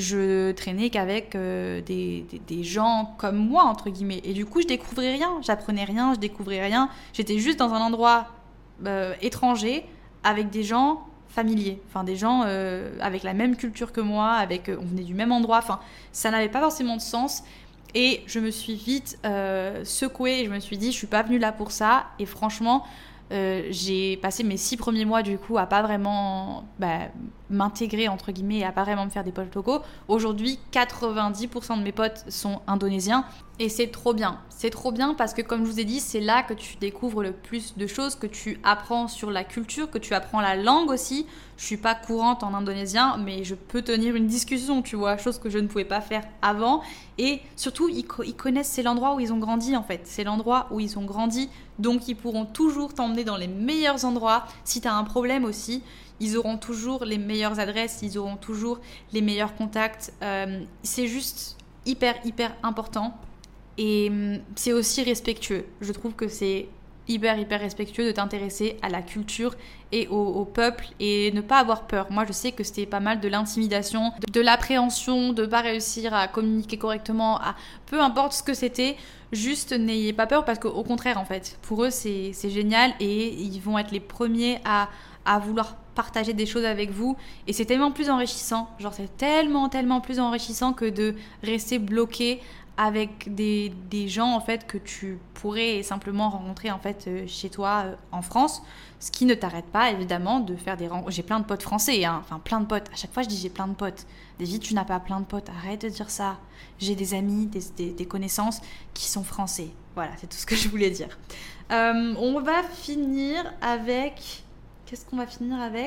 Speaker 2: je traînais qu'avec euh, des, des, des gens comme moi entre guillemets et du coup je découvrais rien, j'apprenais rien, je découvrais rien, j'étais juste dans un endroit euh, étranger avec des gens familiers, enfin des gens euh, avec la même culture que moi, avec, euh, on venait du même endroit, enfin ça n'avait pas forcément de sens et je me suis vite euh, secouée et je me suis dit je suis pas venue là pour ça et franchement euh, j'ai passé mes six premiers mois du coup à pas vraiment bah, m'intégrer entre guillemets et à pas vraiment me faire des potes locaux. Aujourd'hui quatre-vingt-dix pour cent de mes potes sont indonésiens et c'est trop bien, c'est trop bien parce que comme je vous ai dit c'est là que tu découvres le plus de choses, que tu apprends sur la culture, que tu apprends la langue aussi. Je suis pas courante en indonésien mais je peux tenir une discussion, tu vois, chose que je ne pouvais pas faire avant et surtout ils, co- ils connaissent, c'est l'endroit où ils ont grandi en fait, c'est l'endroit où ils ont grandi donc ils pourront toujours t'emmener dans les meilleurs endroits. Si tu as un problème aussi, ils auront toujours les meilleures adresses, ils auront toujours les meilleurs contacts. Euh, c'est juste hyper, hyper important. Et hum, c'est aussi respectueux. Je trouve que c'est hyper, hyper respectueux de t'intéresser à la culture et au, au peuple et ne pas avoir peur. Moi, je sais que c'était pas mal de l'intimidation, de, de l'appréhension, de ne pas réussir à communiquer correctement, à peu importe ce que c'était. Juste n'ayez pas peur parce qu'au contraire, en fait, pour eux, c'est, c'est génial et ils vont être les premiers à, à vouloir partager des choses avec vous et c'est tellement plus enrichissant, genre c'est tellement tellement plus enrichissant que de rester bloqué avec des, des gens en fait que tu pourrais simplement rencontrer en fait euh, chez toi euh, en France, ce qui ne t'arrête pas évidemment de faire des rencontres. J'ai plein de potes français, hein. Enfin plein de potes. À chaque fois je dis j'ai plein de potes. David, tu n'as pas plein de potes. Arrête de dire ça. J'ai des amis, des, des, des connaissances qui sont français. Voilà, c'est tout ce que je voulais dire. Euh, on va finir avec. Qu'est-ce qu'on va finir avec ?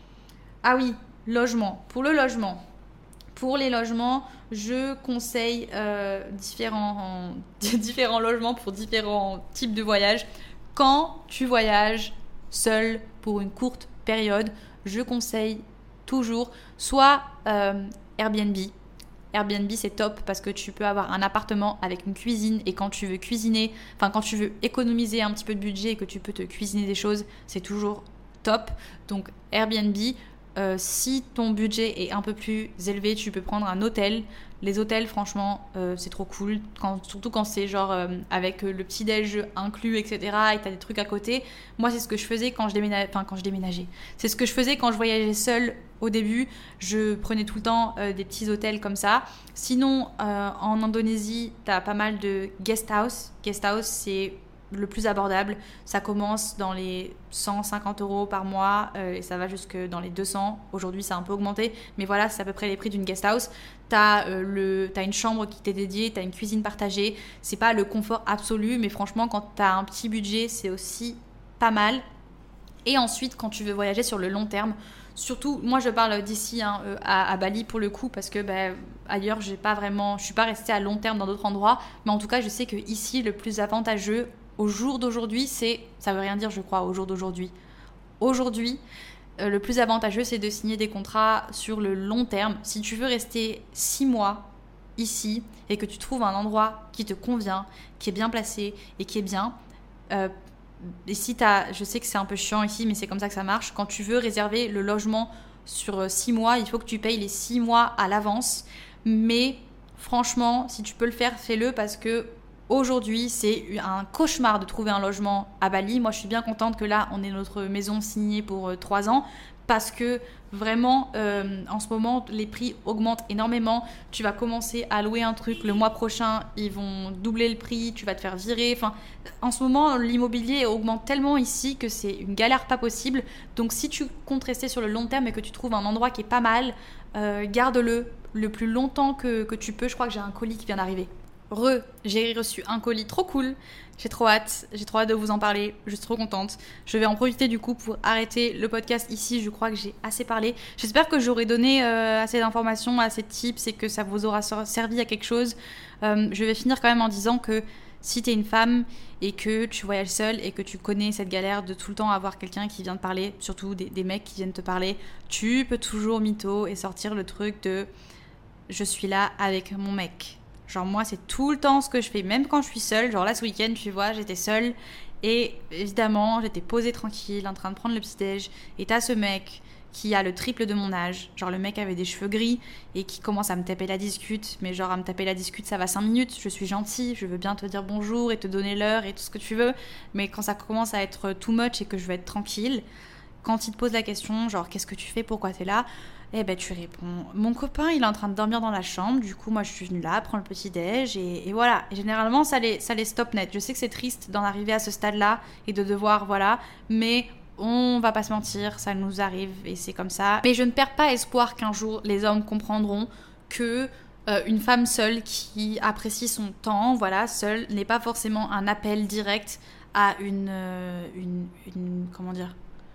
Speaker 2: Ah oui, logement. Pour le logement. Pour les logements, je conseille euh, différents, différents logements pour différents types de voyages. Quand tu voyages seul pour une courte période, je conseille toujours soit euh, Airbnb. Airbnb, c'est top parce que tu peux avoir un appartement avec une cuisine et quand tu veux cuisiner, enfin quand tu veux économiser un petit peu de budget et que tu peux te cuisiner des choses, c'est toujours top. Donc Airbnb. Euh, si ton budget est un peu plus élevé, tu peux prendre un hôtel. Les hôtels, franchement, euh, c'est trop cool. Quand, surtout quand c'est genre euh, avec le petit-déj inclus, et cetera. Et t'as des trucs à côté. Moi, c'est ce que je faisais quand je déménageais. Enfin, quand je déménageais. C'est ce que je faisais quand je voyageais seule au début. Je prenais tout le temps euh, des petits hôtels comme ça. Sinon, euh, en Indonésie, t'as pas mal de guest house. Guest house, c'est le plus abordable, ça commence dans les cent cinquante euros par mois euh, et ça va jusque dans les deux cents. Aujourd'hui, ça a un peu augmenté, mais voilà, c'est à peu près les prix d'une guest house. T'as, euh, le, t'as une chambre qui t'est dédiée, t'as une cuisine partagée. C'est pas le confort absolu, mais franchement, quand t'as un petit budget, c'est aussi pas mal. Et ensuite, quand tu veux voyager sur le long terme, surtout, moi je parle d'ici hein, à, à Bali pour le coup, parce que bah, ailleurs, j'ai pas vraiment, je suis pas restée à long terme dans d'autres endroits, mais en tout cas, je sais que ici, le plus avantageux au jour d'aujourd'hui, c'est, ça veut rien dire je crois, au jour d'aujourd'hui. Aujourd'hui, euh, le plus avantageux, c'est de signer des contrats sur le long terme. Si tu veux rester six mois ici et que tu trouves un endroit qui te convient, qui est bien placé et qui est bien, euh, et si t'as, je sais que c'est un peu chiant ici, mais c'est comme ça que ça marche, quand tu veux réserver le logement sur six mois, il faut que tu payes les six mois à l'avance. Mais franchement, si tu peux le faire, fais-le parce que aujourd'hui, c'est un cauchemar de trouver un logement à Bali. Moi, je suis bien contente que là, on ait notre maison signée pour trois ans parce que vraiment, euh, en ce moment, les prix augmentent énormément. Tu vas commencer à louer un truc le mois prochain, ils vont doubler le prix, tu vas te faire virer. Enfin, en ce moment, l'immobilier augmente tellement ici que c'est une galère pas possible. Donc, si tu comptes rester sur le long terme et que tu trouves un endroit qui est pas mal, euh, garde-le le plus longtemps que, que tu peux. Je crois que j'ai un colis qui vient d'arriver. Re, j'ai reçu un colis trop cool, j'ai trop hâte, j'ai trop hâte de vous en parler, je suis trop contente. Je vais en profiter du coup pour arrêter le podcast ici, je crois que j'ai assez parlé. J'espère que j'aurai donné euh, assez d'informations, assez de tips et que ça vous aura servi à quelque chose. Euh, je vais finir quand même en disant que si t'es une femme et que tu voyages seule et que tu connais cette galère de tout le temps avoir quelqu'un qui vient te parler, surtout des, des mecs qui viennent te parler, tu peux toujours mytho et sortir le truc de « je suis là avec mon mec ». Genre moi, c'est tout le temps ce que je fais, même quand je suis seule. Genre là, ce week-end, tu vois, j'étais seule. Et évidemment, j'étais posée tranquille, en train de prendre le petit-déj. Et t'as ce mec qui a le triple de mon âge. Genre le mec avait des cheveux gris et qui commence à me taper la discute. Mais genre à me taper la discute, ça va cinq minutes. Je suis gentille, je veux bien te dire bonjour et te donner l'heure et tout ce que tu veux. Mais quand ça commence à être too much et que je veux être tranquille, quand il te pose la question, genre qu'est-ce que tu fais, pourquoi t'es là ? Eh ben tu réponds, mon copain il est en train de dormir dans la chambre, du coup moi je suis venue là, prendre le petit déj et, et voilà. Et généralement ça les, ça les stoppe net. Je sais que c'est triste d'en arriver à ce stade-là et de devoir, voilà, mais on va pas se mentir, ça nous arrive et c'est comme ça. Mais je ne perds pas espoir qu'un jour les hommes comprendront que euh, une femme seule qui apprécie son temps, voilà, seule, n'est pas forcément un appel direct à une, euh, une, une comment dire,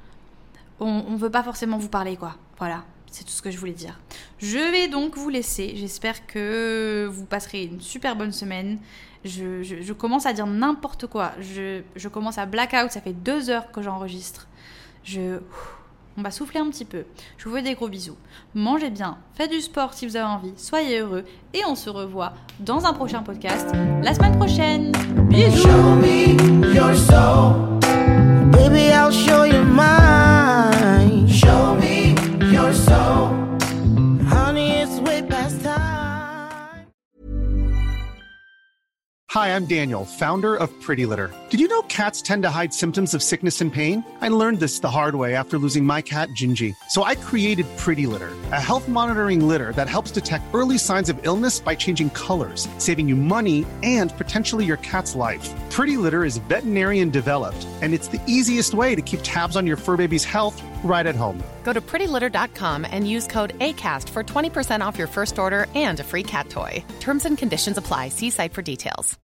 Speaker 2: on, on veut pas forcément vous parler quoi, voilà. C'est tout ce que je voulais dire. Je vais donc vous laisser. J'espère que vous passerez une super bonne semaine. Je, je, je commence à dire n'importe quoi. Je, je commence à blackout. Ça fait deux heures que j'enregistre. Je, on va souffler un petit peu. Je vous fais des gros bisous. Mangez bien. Faites du sport si vous avez envie. Soyez heureux. Et on se revoit dans un prochain podcast la semaine prochaine. Bisous. Show me your soul. Baby, I'll show you mine. Show me your soul. Honey, it's way past time.
Speaker 3: Hi, I'm Daniel, founder of Pretty Litter. Did you know cats tend to hide symptoms of sickness and pain? I learned this the hard way after losing my cat, Gingy. So I created Pretty Litter, a health monitoring litter that helps detect early signs of illness by changing colors, saving you money and potentially your cat's life. Pretty Litter is veterinarian developed, and it's the easiest way to keep tabs on your fur baby's health right at home.
Speaker 4: Go to pretty litter dot com and use code ACAST for twenty percent off your first order and a free cat toy. Terms and conditions apply. See site for details.